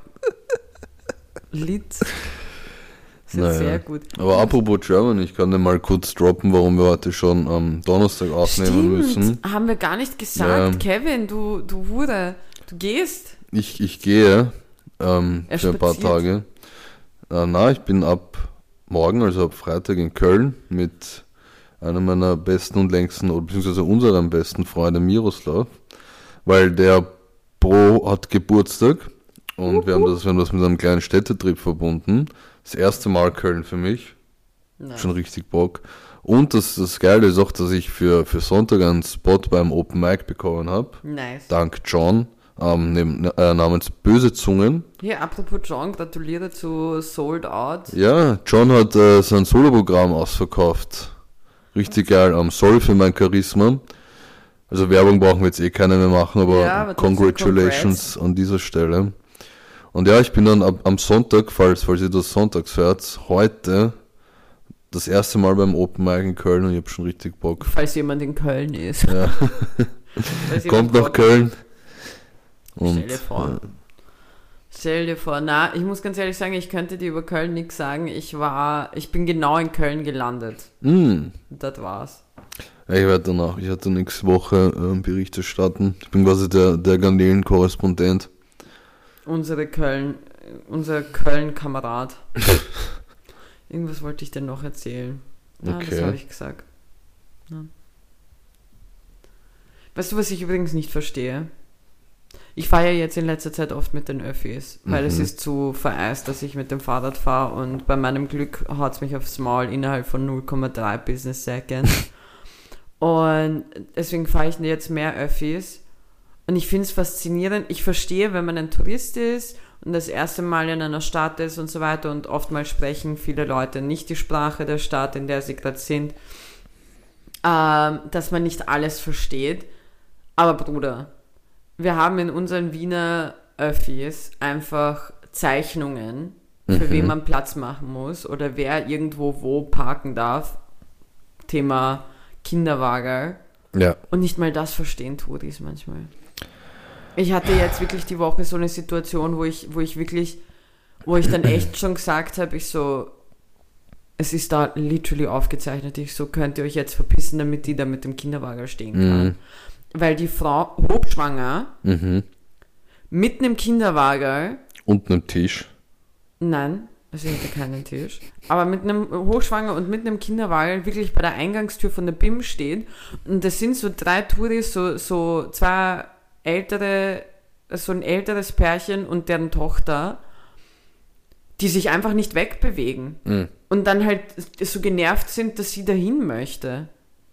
Lieds. Sind Naja. sehr gut. Aber apropos German, ich kann dir mal kurz droppen, warum wir heute schon am Donnerstag aufnehmen müssen. Haben wir gar nicht gesagt. Ja. Kevin, du Hure, du gehst. Ich gehe für ein paar spaziert. Tage. Ich bin ab morgen, also ab Freitag in Köln mit einem meiner besten und längsten, oder beziehungsweise unserem besten Freund Miroslav, weil der Bro hat Geburtstag und wir haben das mit einem kleinen Städtetrip verbunden. Das erste Mal Köln für mich. Nein. Schon richtig Bock. Und das Geile ist auch, dass ich für Sonntag einen Spot beim Open Mic bekommen habe. Nice. Dank John, namens Böse Zungen. Hier, apropos John, gratuliere zu Sold Out. Ja, John hat sein Soloprogramm ausverkauft. Richtig geil. Sorry für mein Charisma. Also Werbung brauchen wir jetzt eh keine mehr machen, aber, Ja, aber trotzdem congratulations an dieser Stelle. Und ja, ich bin dann am Sonntag, falls ihr das sonntags hört, heute das erste Mal beim Open Mic in Köln und ich habe schon richtig Bock. Falls jemand in Köln ist. Ja. Falls Kommt jemand nach Köln. Und, Stell dir vor. Stell dir vor, ich muss ganz ehrlich sagen, ich könnte dir über Köln nichts sagen. Ich bin genau in Köln gelandet. Das war's. Ich werde nächste Woche Bericht erstatten. Ich bin quasi der Garnelen-Korrespondent. Unser Köln-Kamerad. Irgendwas wollte ich dir noch erzählen. Ja, Okay. Das habe ich gesagt. Ja. Weißt du, was ich übrigens nicht verstehe? Ich fahre ja jetzt in letzter Zeit oft mit den Öffis, weil es ist zu vereist, dass ich mit dem Fahrrad fahre und bei meinem Glück haut es mich aufs Maul innerhalb von 0,3 Business Seconds. Und deswegen fahre ich jetzt mehr Öffis. Und ich finde es faszinierend. Ich verstehe, wenn man ein Tourist ist und das erste Mal in einer Stadt ist und so weiter und oftmals sprechen viele Leute nicht die Sprache der Stadt, in der sie gerade sind, dass man nicht alles versteht. Aber Bruder, wir haben in unseren Wiener Öffis einfach Zeichnungen, für wen man Platz machen muss oder wer irgendwo wo parken darf. Thema Kinderwagen. Ja. Und nicht mal das verstehen Touris manchmal. Ich hatte jetzt wirklich die Woche so eine Situation, wo ich dann echt schon gesagt habe, es ist da literally aufgezeichnet, könnt ihr euch jetzt verpissen, damit die da mit dem Kinderwagen stehen kann. Weil die Frau hochschwanger, mit einem Kinderwagen, Und einem Tisch. nein, also ich hatte keinen Tisch, aber mit einem Hochschwanger und mit einem Kinderwagen wirklich bei der Eingangstür von der BIM steht und das sind so 3 Touris, so zwei ältere, so ein älteres Pärchen und deren Tochter, die sich einfach nicht wegbewegen und dann halt so genervt sind, dass sie dahin möchte.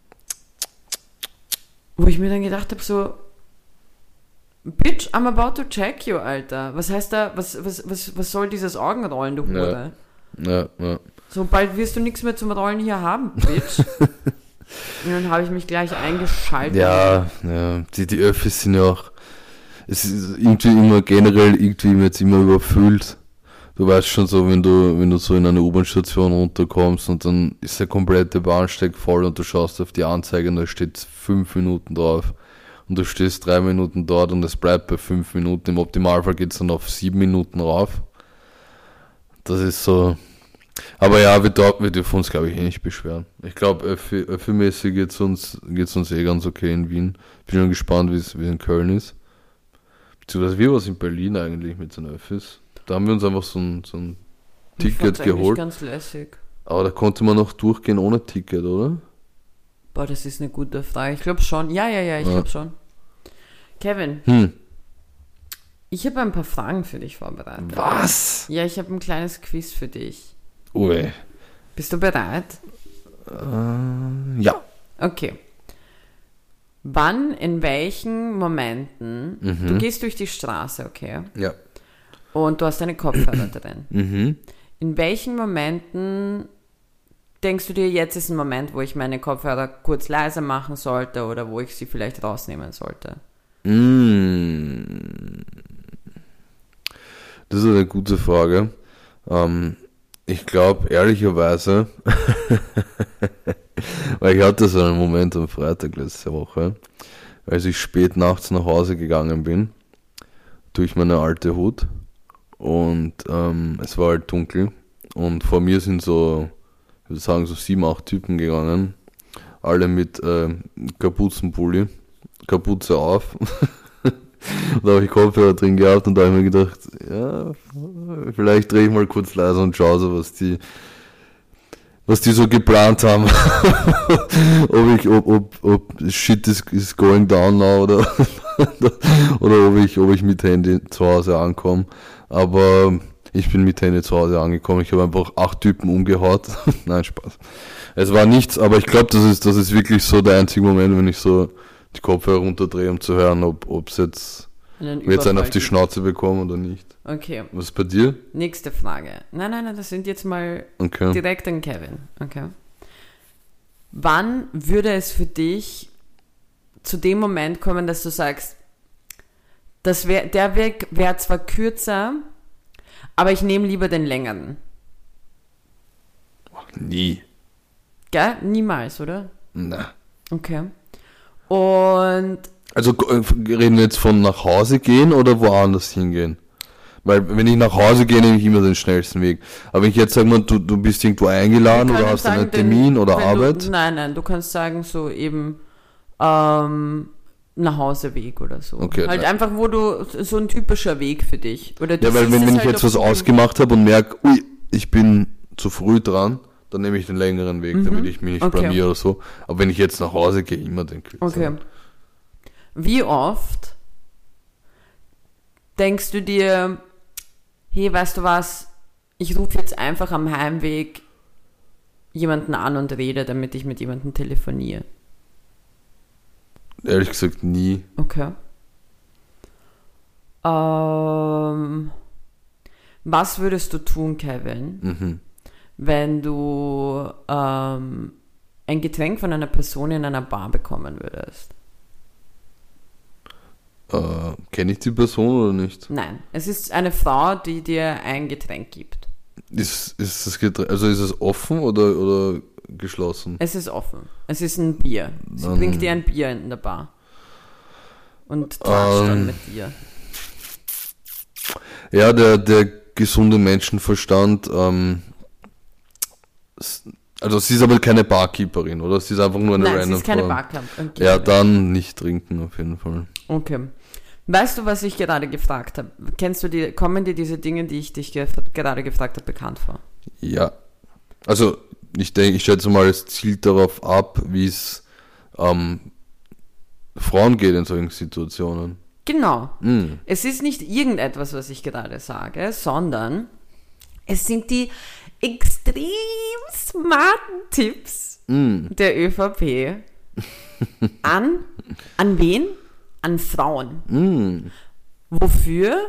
Wo ich mir dann gedacht habe, so, Bitch, I'm about to check you, Alter. Was heißt da, was soll dieses Augenrollen, du Hure? Ja. So bald wirst du nichts mehr zum Rollen hier haben, Bitch. Und dann habe ich mich gleich eingeschaltet. Ja, die Öffis sind ja auch, es ist irgendwie immer generell jetzt immer überfüllt. Du weißt schon so, wenn du so in eine U-Bahn-Station runterkommst und dann ist der komplette Bahnsteig voll und du schaust auf die Anzeige und da steht 5 Minuten drauf. Und du stehst 3 Minuten dort und es bleibt bei 5 Minuten. Im Optimalfall geht es dann auf 7 Minuten rauf. Das ist so. Aber ja, wir dürfen uns, glaube ich, eh nicht beschweren. Ich glaube, Öffi-mäßig geht's uns eh ganz okay in Wien. Bin schon gespannt, wie es in Köln ist. Beziehungsweise wie war es in Berlin eigentlich mit den Öffis? Da haben wir uns einfach so ein Ticket geholt. Ganz lässig. Aber da konnte man noch durchgehen ohne Ticket, oder? Boah, das ist eine gute Frage. Ich glaube schon. Ja, ich glaube schon. Kevin, ich habe ein paar Fragen für dich vorbereitet. Was? Ja, ich habe ein kleines Quiz für dich. Ui. Bist du bereit? Ja. Okay. Wann, in welchen Momenten, du gehst durch die Straße, okay? Ja. Und du hast deine Kopfhörer drin. In welchen Momenten denkst du dir, jetzt ist ein Moment, wo ich meine Kopfhörer kurz leiser machen sollte oder wo ich sie vielleicht rausnehmen sollte? Das ist eine gute Frage. Ich glaube, ehrlicherweise, weil ich hatte so einen Moment am Freitag letzte Woche, als ich spät nachts nach Hause gegangen bin, durch meine alte Hut, und es war halt dunkel und vor mir sind so, ich würde sagen, so 7, 8 Typen gegangen, alle mit Kapuzenpulli, Kapuze auf. Und da habe ich Kopfhörer drin gehabt und da habe ich mir gedacht, ja, vielleicht drehe ich mal kurz leise und schaue so, was die so geplant haben. ob shit is going down now oder ob ich mit Handy zu Hause ankomme. Aber ich bin mit Handy zu Hause angekommen. Ich habe einfach 8 Typen umgehaut. Nein, Spaß. Es war nichts, aber ich glaube, das ist wirklich so der einzige Moment, wenn ich so die Kopfhörer runterdrehe, um zu hören, ob es jetzt einen auf die Schnauze bekommen oder nicht. Okay. Was ist bei dir? Nächste Frage. Nein, das sind jetzt mal direkt an Kevin. Okay. Wann würde es für dich zu dem Moment kommen, dass du sagst, der Weg wäre zwar kürzer, aber ich nehme lieber den längeren? Nie. Gell? Niemals, oder? Nein. Okay. Und also reden wir jetzt von nach Hause gehen oder woanders hingehen? Weil wenn ich nach Hause gehe, nehme ich immer den schnellsten Weg. Aber wenn ich jetzt sage, du bist irgendwo eingeladen oder hast einen Termin oder Arbeit? Nein, du kannst sagen so eben Nachhauseweg oder so. Okay, halt einfach, wo du so ein typischer Weg für dich. Oder ja, weil wenn ich jetzt was ausgemacht habe und merke, ui, ich bin zu früh dran, dann nehme ich den längeren Weg, damit ich mich nicht blamiere oder so. Aber wenn ich jetzt nach Hause gehe, immer den kürzeren. Okay. Wie oft denkst du dir, hey, weißt du was, ich rufe jetzt einfach am Heimweg jemanden an und rede, damit ich mit jemandem telefoniere? Ehrlich gesagt nie. Okay. Was würdest du tun, Kevin, wenn du ein Getränk von einer Person in einer Bar bekommen würdest? Kenne ich die Person oder nicht? Nein, es ist eine Frau, die dir ein Getränk gibt. Ist das Getränk, also ist es offen oder geschlossen? Es ist offen. Es ist ein Bier. Sie bringt dir ein Bier in der Bar. Und tatscht dann mit dir. Ja, der gesunde Menschenverstand, also sie ist aber keine Barkeeperin, oder? Sie ist einfach nur eine Nein, random sie ist keine Frau. Barkeeperin. Ja, dann nicht trinken auf jeden Fall. Okay. Weißt du, was ich gerade gefragt habe? Kommen dir diese Dinge, die ich dich gerade gefragt habe, bekannt vor? Ja. Also, ich schätze mal, es zielt darauf ab, wie es Frauen geht in solchen Situationen. Genau. Es ist nicht irgendetwas, was ich gerade sage, sondern es sind die extrem smarten Tipps der ÖVP an wen? An Frauen. Wofür?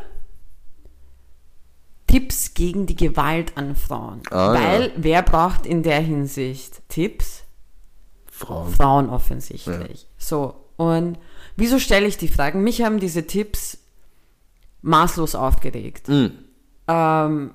Tipps gegen die Gewalt an Frauen. Weil, wer braucht in der Hinsicht Tipps? Frauen offensichtlich. Ja. So, und wieso stelle ich die Fragen? Mich haben diese Tipps maßlos aufgeregt. Also,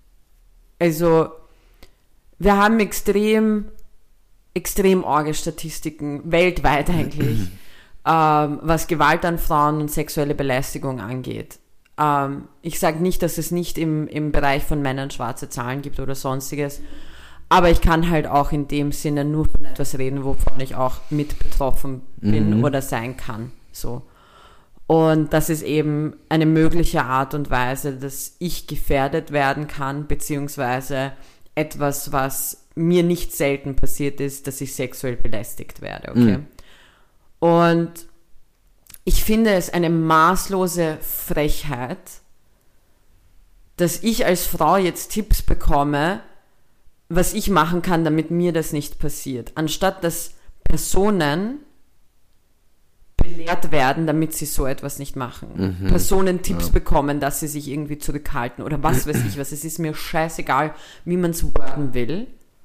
wir haben extrem arge Statistiken, weltweit eigentlich, was Gewalt an Frauen und sexuelle Belästigung angeht. Ich sage nicht, dass es nicht im Bereich von Männern schwarze Zahlen gibt oder sonstiges, aber ich kann halt auch in dem Sinne nur von etwas reden, wovon ich auch mit betroffen bin oder sein kann. So. Und das ist eben eine mögliche Art und Weise, dass ich gefährdet werden kann, beziehungsweise etwas, was mir nicht selten passiert ist, dass ich sexuell belästigt werde. Okay? Und ich finde es eine maßlose Frechheit, dass ich als Frau jetzt Tipps bekomme, was ich machen kann, damit mir das nicht passiert. Anstatt dass Personen belehrt werden, damit sie so etwas nicht machen. Personen Tipps bekommen, dass sie sich irgendwie zurückhalten oder was weiß ich was. Es ist mir scheißegal, wie man es worden will.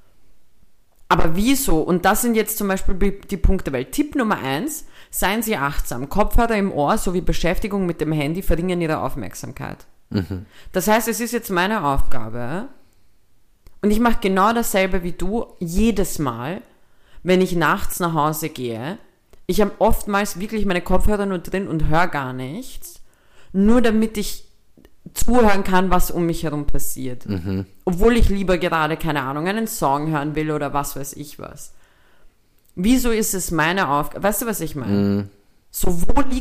Aber wieso? Und das sind jetzt zum Beispiel die Punkte, weil Tipp Nummer 1, seien Sie achtsam. Kopfhörer im Ohr sowie Beschäftigung mit dem Handy verringern Ihre Aufmerksamkeit. Das heißt, es ist jetzt meine Aufgabe und ich mache genau dasselbe wie du jedes Mal, wenn ich nachts nach Hause gehe. Ich habe oftmals wirklich meine Kopfhörer nur drin und höre gar nichts, nur damit ich zuhören kann, was um mich herum passiert. Obwohl ich lieber gerade, keine Ahnung, einen Song hören will oder was weiß ich was. Wieso ist es meine Aufgabe? Weißt du, was ich meine? So,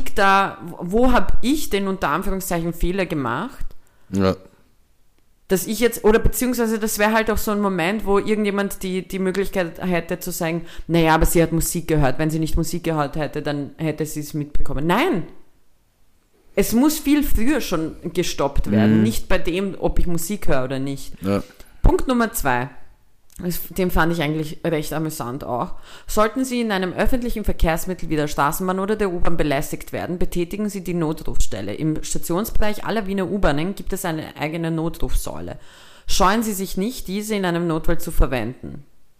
wo habe ich den unter Anführungszeichen Fehler gemacht? Ja. Dass ich jetzt, oder beziehungsweise das wäre halt auch so ein Moment, wo irgendjemand die Möglichkeit hätte zu sagen, naja, aber sie hat Musik gehört. Wenn sie nicht Musik gehört hätte, dann hätte sie es mitbekommen. Nein! Es muss viel früher schon gestoppt werden, nicht bei dem, ob ich Musik höre oder nicht. Ja. Punkt Nummer 2, den fand ich eigentlich recht amüsant auch. Sollten Sie in einem öffentlichen Verkehrsmittel wie der Straßenbahn oder der U-Bahn belästigt werden, betätigen Sie die Notrufstelle. Im Stationsbereich aller Wiener U-Bahnen gibt es eine eigene Notrufsäule. Scheuen Sie sich nicht, diese in einem Notfall zu verwenden.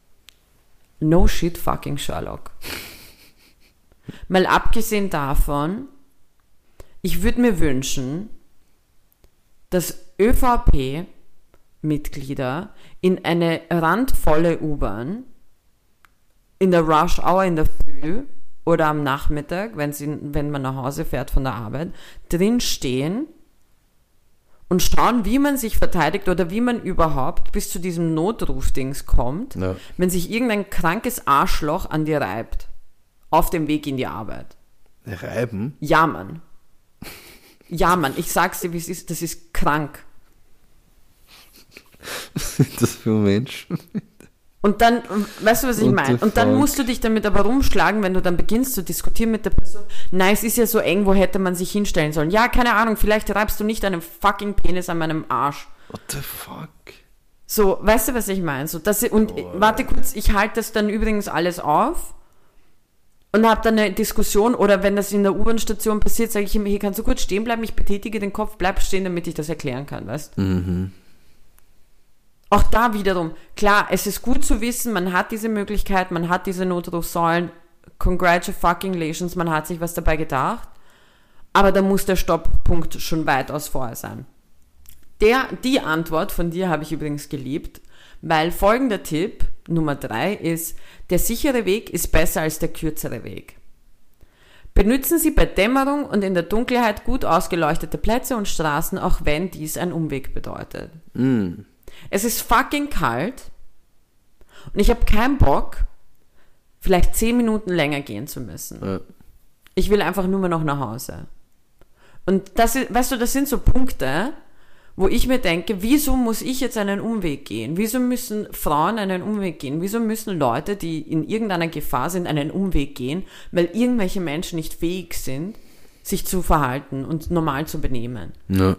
No shit fucking Sherlock. Mal abgesehen davon, ich würde mir wünschen, dass ÖVP-Mitglieder in eine randvolle U-Bahn in der Rush Hour in der Früh oder am Nachmittag, wenn man nach Hause fährt von der Arbeit, drin stehen und schauen, wie man sich verteidigt oder wie man überhaupt bis zu diesem Notrufdings kommt, wenn sich irgendein krankes Arschloch an dir reibt. Auf dem Weg in die Arbeit. Reiben? Ja, Mann. Ja, Mann, ich sag's dir, wie es ist, das ist krank. Was sind das für Menschen? Und dann, weißt du, was ich meine? Und dann musst du dich damit aber rumschlagen, wenn du dann beginnst zu diskutieren mit der Person. Nein, es ist ja so eng, wo hätte man sich hinstellen sollen? Ja, keine Ahnung, vielleicht reibst du nicht einen fucking Penis an meinem Arsch. What the fuck? So, weißt du, was ich meine? So, warte kurz, ich halte das dann übrigens alles auf. Und habe dann eine Diskussion, oder wenn das in der U-Bahn-Station passiert, sage ich ihm, hier kannst du kurz stehen bleiben, ich betätige den Kopf, bleib stehen, damit ich das erklären kann, weißt? Auch da wiederum, klar, es ist gut zu wissen, man hat diese Möglichkeit, man hat diese Notrufsäulen, congratulations, man hat sich was dabei gedacht, aber da muss der Stopppunkt schon weitaus vorher sein. Die Antwort von dir habe ich übrigens geliebt, weil folgender Tipp, Nummer 3, ist, der sichere Weg ist besser als der kürzere Weg. Benutzen Sie bei Dämmerung und in der Dunkelheit gut ausgeleuchtete Plätze und Straßen, auch wenn dies ein Umweg bedeutet. Es ist fucking kalt und ich habe keinen Bock, vielleicht 10 Minuten länger gehen zu müssen. Ja. Ich will einfach nur mehr noch nach Hause. Und das ist, weißt du, das sind so Punkte, wo ich mir denke, wieso muss ich jetzt einen Umweg gehen? Wieso müssen Frauen einen Umweg gehen? Wieso müssen Leute, die in irgendeiner Gefahr sind, einen Umweg gehen, weil irgendwelche Menschen nicht fähig sind, sich zu verhalten und normal zu benehmen? Ja.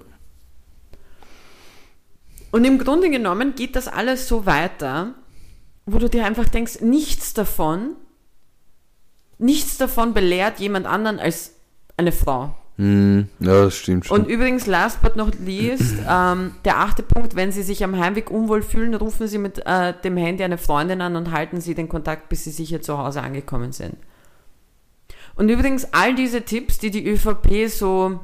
Und im Grunde genommen geht das alles so weiter, wo du dir einfach denkst, nichts davon belehrt jemand anderen als eine Frau. Ja, das stimmt schon. Und übrigens, last but not least, der 8. Punkt, wenn Sie sich am Heimweg unwohl fühlen, rufen Sie mit dem Handy eine Freundin an und halten Sie den Kontakt, bis Sie sicher zu Hause angekommen sind. Und übrigens, all diese Tipps, die ÖVP so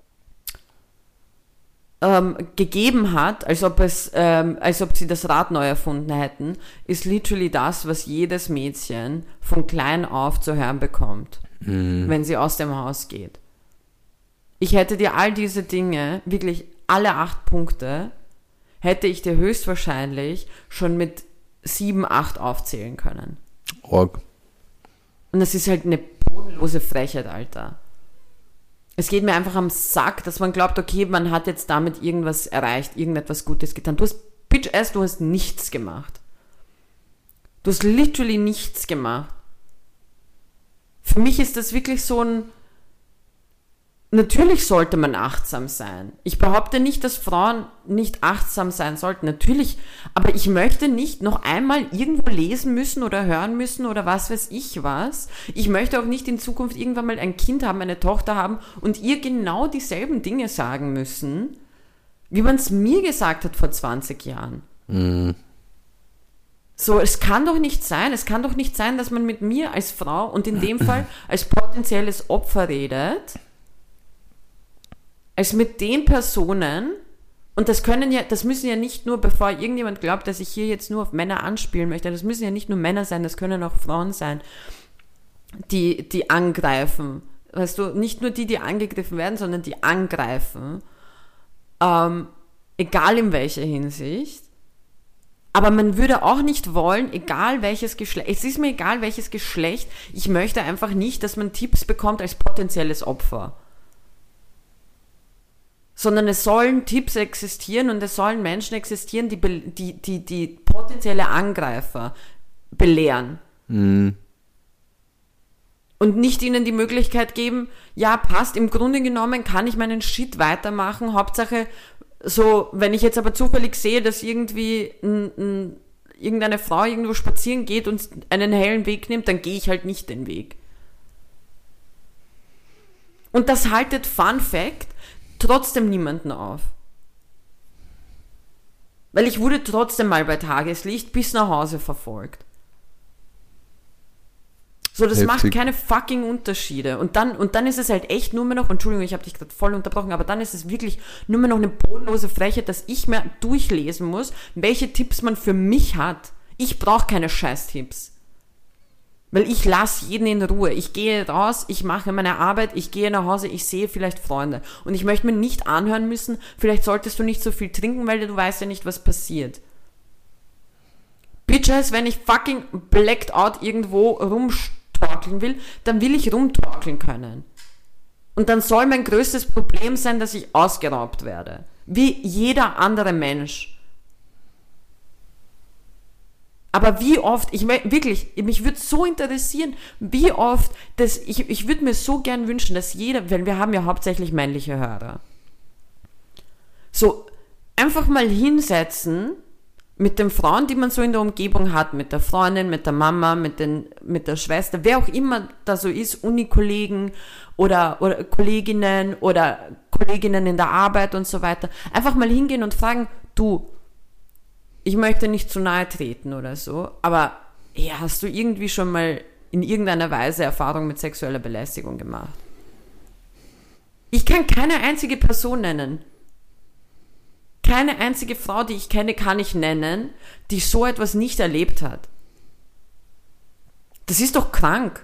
gegeben hat, als ob sie das Rad neu erfunden hätten, ist literally das, was jedes Mädchen von klein auf zu hören bekommt, wenn sie aus dem Haus geht. Ich hätte dir all diese Dinge, wirklich alle 8 Punkte, hätte ich dir höchstwahrscheinlich schon mit 7, 8 aufzählen können. Org. Und das ist halt eine bodenlose Frechheit, Alter. Es geht mir einfach am Sack, dass man glaubt, okay, man hat jetzt damit irgendwas erreicht, irgendetwas Gutes getan. Du hast nichts gemacht. Du hast literally nichts gemacht. Für mich ist das wirklich so ein Natürlich sollte man achtsam sein. Ich behaupte nicht, dass Frauen nicht achtsam sein sollten. Natürlich. Aber ich möchte nicht noch einmal irgendwo lesen müssen oder hören müssen oder was weiß ich was. Ich möchte auch nicht in Zukunft irgendwann mal ein Kind haben, eine Tochter haben und ihr genau dieselben Dinge sagen müssen, wie man es mir gesagt hat vor 20 Jahren. Mhm. So, es kann doch nicht sein. Es kann doch nicht sein, dass man mit mir als Frau und in dem Fall als potenzielles Opfer redet, als mit den Personen, und das müssen ja nicht nur, bevor irgendjemand glaubt, dass ich hier jetzt nur auf Männer anspielen möchte, das müssen ja nicht nur Männer sein, das können auch Frauen sein, die angreifen. Weißt du, nicht nur die angegriffen werden, sondern die angreifen. Egal in welcher Hinsicht. Aber man würde auch nicht wollen, egal welches Geschlecht, es ist mir egal welches Geschlecht, ich möchte einfach nicht, dass man Tipps bekommt als potenzielles Opfer. Sondern es sollen Tipps existieren und es sollen Menschen existieren, die potenzielle Angreifer belehren. Mhm. Und nicht ihnen die Möglichkeit geben, ja, passt, im Grunde genommen kann ich meinen Shit weitermachen, Hauptsache, so, wenn ich jetzt aber zufällig sehe, dass irgendwie irgendeine Frau irgendwo spazieren geht und einen hellen Weg nimmt, dann gehe ich halt nicht den Weg. Und das haltet, Fun Fact, trotzdem niemanden auf. Weil ich wurde trotzdem mal bei Tageslicht bis nach Hause verfolgt. So, das Heftig. Macht keine fucking Unterschiede. Und dann ist es halt echt nur mehr noch, Entschuldigung, ich habe dich gerade voll unterbrochen, aber dann ist es wirklich nur mehr noch eine bodenlose Frechheit, dass ich mir durchlesen muss, welche Tipps man für mich hat. Ich brauche keine Scheiß-Tipps. Weil ich lasse jeden in Ruhe. Ich gehe raus, ich mache meine Arbeit, ich gehe nach Hause, ich sehe vielleicht Freunde. Und ich möchte mir nicht anhören müssen, vielleicht solltest du nicht so viel trinken, weil du weißt ja nicht, was passiert. Bitches, wenn ich fucking blacked out irgendwo rumtorkeln will, dann will ich rumtorkeln können. Und dann soll mein größtes Problem sein, dass ich ausgeraubt werde. Wie jeder andere Mensch. Aber wie oft, mich würde so interessieren, wie oft, ich würde mir so gern wünschen, dass jeder, weil wir haben ja hauptsächlich männliche Hörer, so einfach mal hinsetzen mit den Frauen, die man so in der Umgebung hat, mit der Freundin, mit der Mama, mit der Schwester, wer auch immer da so ist, Unikollegen oder Kolleginnen oder Kolleginnen in der Arbeit und so weiter, einfach mal hingehen und fragen, du, ich möchte nicht zu nahe treten oder so, aber ja, hast du irgendwie schon mal in irgendeiner Weise Erfahrung mit sexueller Belästigung gemacht? Ich kann keine einzige Person nennen. Keine einzige Frau, die ich kenne, kann ich nennen, die so etwas nicht erlebt hat. Das ist doch krank.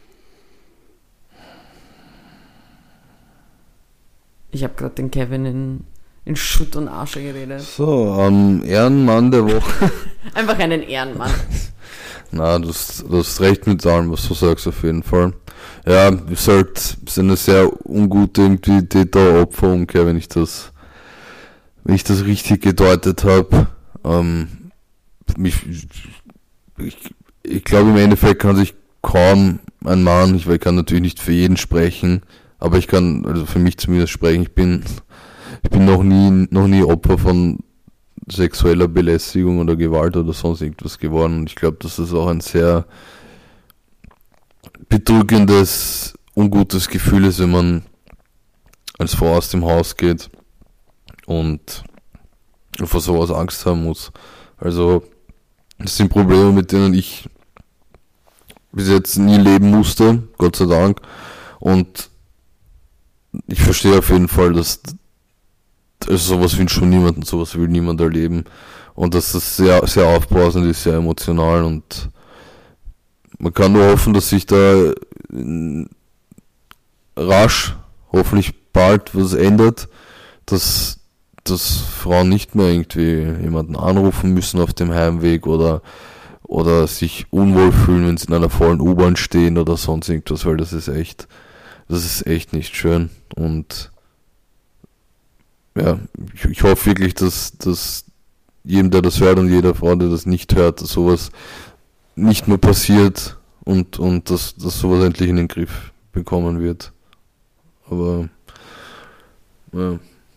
Ich habe gerade den Kevin in Schutt und Asche geredet. So, Ehrenmann der Woche. Einfach einen Ehrenmann. Na, du hast recht mit allem, was du sagst, auf jeden Fall. Ja, es ist eine sehr ungute irgendwie Täter-Opfer-Umkehr, wenn ich das richtig gedeutet habe. Ich glaube, im Endeffekt kann sich kaum ein Mann, ich kann natürlich nicht für jeden sprechen, aber ich kann, also für mich zumindest sprechen, ich bin noch nie Opfer von sexueller Belästigung oder Gewalt oder sonst irgendwas geworden. Und ich glaube, dass das auch ein sehr bedrückendes, ungutes Gefühl ist, wenn man als Frau aus dem Haus geht und vor sowas Angst haben muss. Also, das sind Probleme, mit denen ich bis jetzt nie leben musste, Gott sei Dank. Und ich verstehe auf jeden Fall, dass sowas will schon niemand und sowas will niemand erleben. Und dass das sehr, sehr aufbrausend ist, sehr emotional, und man kann nur hoffen, dass sich da rasch, hoffentlich bald was ändert, dass Frauen nicht mehr irgendwie jemanden anrufen müssen auf dem Heimweg oder sich unwohl fühlen, wenn sie in einer vollen U-Bahn stehen oder sonst irgendwas, weil das ist echt nicht schön. Und ja, ich hoffe wirklich, dass jedem, der das hört, und jeder Frau, der das nicht hört, dass sowas nicht mehr passiert und dass sowas endlich in den Griff bekommen wird. Aber Ja.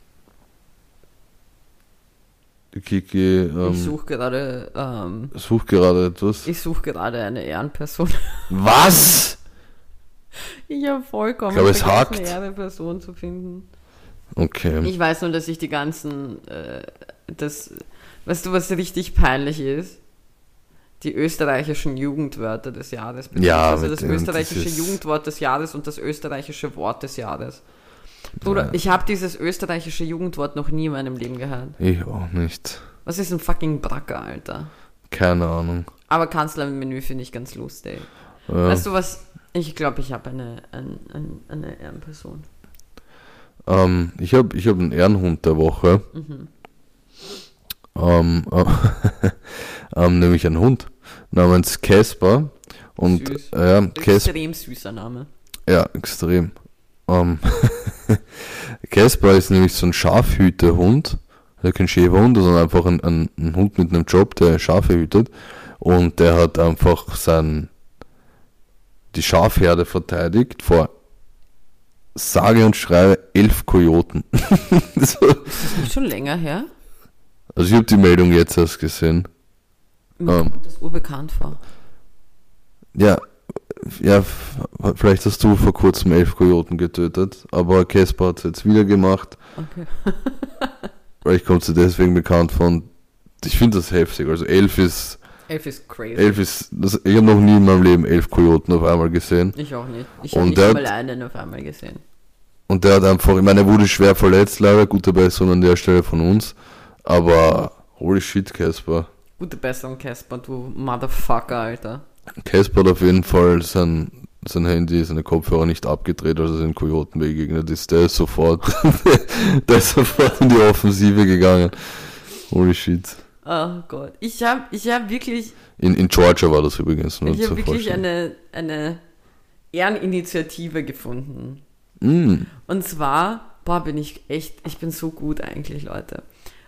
Die Kiki such gerade sucht gerade etwas. Ich suche gerade eine Ehrenperson. Was? Ich habe vollkommen Ich glaube, es vergessen, hakt. eine Ehrenperson zu finden. Okay. Ich weiß nur, dass ich die ganzen, weißt du, was richtig peinlich ist? Die österreichischen Jugendwörter des Jahres. Ja, Also das mit dem, österreichische dieses- Jugendwort des Jahres und das österreichische Wort des Jahres. Bruder, ich habe dieses österreichische Jugendwort noch nie in meinem Leben gehört. Ich auch nicht. Was ist ein fucking Bracker, Alter? Keine Ahnung. Aber Kanzlermenü finde ich ganz lustig. Ja. Weißt du was? Ich glaube, ich habe eine Ehrenperson. Ich hab einen Ehrenhund der Woche. Nämlich einen Hund namens Casper. Und Süß. Casper, Extrem süßer Name. ja, extrem. Casper ist nämlich so ein Schafhütehund. Also kein Schäferhund, sondern einfach ein Hund mit einem Job, der Schafe hütet. Und der hat einfach die Schafherde verteidigt vor sage und schreibe 11 Kojoten. So. Ist das nicht schon länger her? Also ich habe die Meldung jetzt erst gesehen. Mir kommt das urbekannt vor. Ja, vielleicht hast du vor kurzem 11 Kojoten getötet, aber Casper hat es jetzt wieder gemacht. Okay. Vielleicht kommt sie deswegen bekannt von. Ich finde das heftig. Also 11 ist. 11 ist crazy. Ich habe noch nie in meinem Leben 11 Kojoten auf einmal gesehen. Ich auch nicht. Ich habe Und nicht der einmal hat- einen auf einmal gesehen. Und der hat einfach, ich meine, er wurde schwer verletzt, leider. Gute Besserung an der Stelle von uns. Aber holy shit, Casper. Gute Besserung, Casper, du Motherfucker, Alter. Casper hat auf jeden Fall sein Handy, seine Kopfhörer nicht abgedreht, als er den Kojoten begegnet ist. Der ist sofort in die Offensive gegangen. Holy shit. Oh Gott. Ich hab wirklich, In Georgia war das übrigens. Nur ich habe zur wirklich Vorstellung. eine Ehreninitiative gefunden. Mm. Und zwar, ich bin so gut eigentlich, Leute.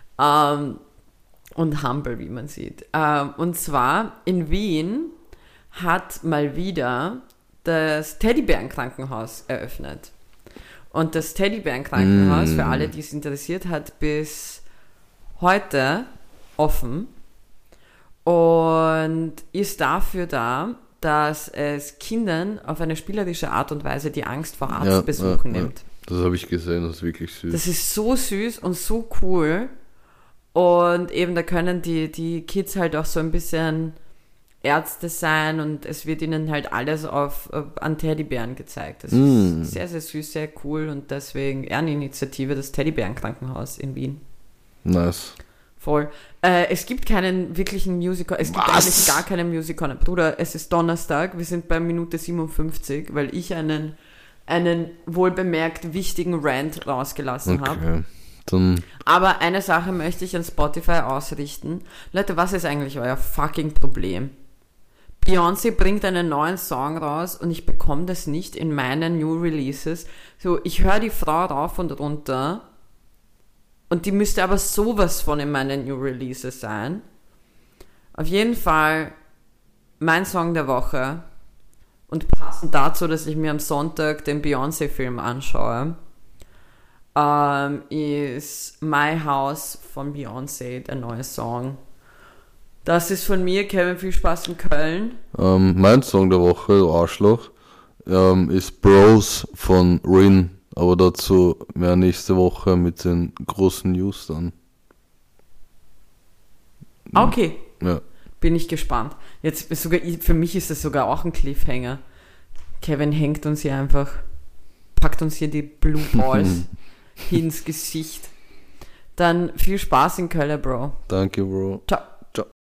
Und humble, wie man sieht. Und zwar in Wien hat mal wieder das Teddybärenkrankenhaus eröffnet. Und das Teddybärenkrankenhaus, für alle, die es interessiert, hat bis heute offen und ist dafür da, dass es Kindern auf eine spielerische Art und Weise die Angst vor Arztbesuchen nimmt. Das habe ich gesehen, das ist wirklich süß. Das ist so süß und so cool. Und eben da können die Kids halt auch so ein bisschen Ärzte sein und es wird ihnen halt alles an Teddybären gezeigt. Das ist sehr, sehr süß, sehr cool und deswegen Ehreninitiative, das Teddybärenkrankenhaus in Wien. Nice. Voll. Es gibt keinen wirklichen Musical, es gibt eigentlich gar keinen Musical. Bruder, es ist Donnerstag, wir sind bei Minute 57, weil ich einen wohlbemerkt wichtigen Rant rausgelassen habe. Okay. Dann Aber eine Sache möchte ich an Spotify ausrichten. Leute, was ist eigentlich euer fucking Problem? Beyoncé bringt einen neuen Song raus und ich bekomme das nicht in meinen New Releases. So, ich höre die Frau rauf und runter und die müsste aber sowas von in meinen New Releases sein. Auf jeden Fall mein Song der Woche und passend dazu, dass ich mir am Sonntag den Beyoncé-Film anschaue, ist My House von Beyoncé, der neue Song. Das ist von mir, Kevin, viel Spaß in Köln. mein Song der Woche, du Arschloch, ist Bros von Rin. Aber dazu mehr nächste Woche mit den großen News dann. Okay, Ja. bin ich gespannt. Jetzt sogar für mich ist das sogar auch ein Cliffhanger. Kevin hängt uns hier einfach, packt uns hier die Blue Balls ins Gesicht. Dann viel Spaß in Köln, Bro. Danke, Bro. Ciao.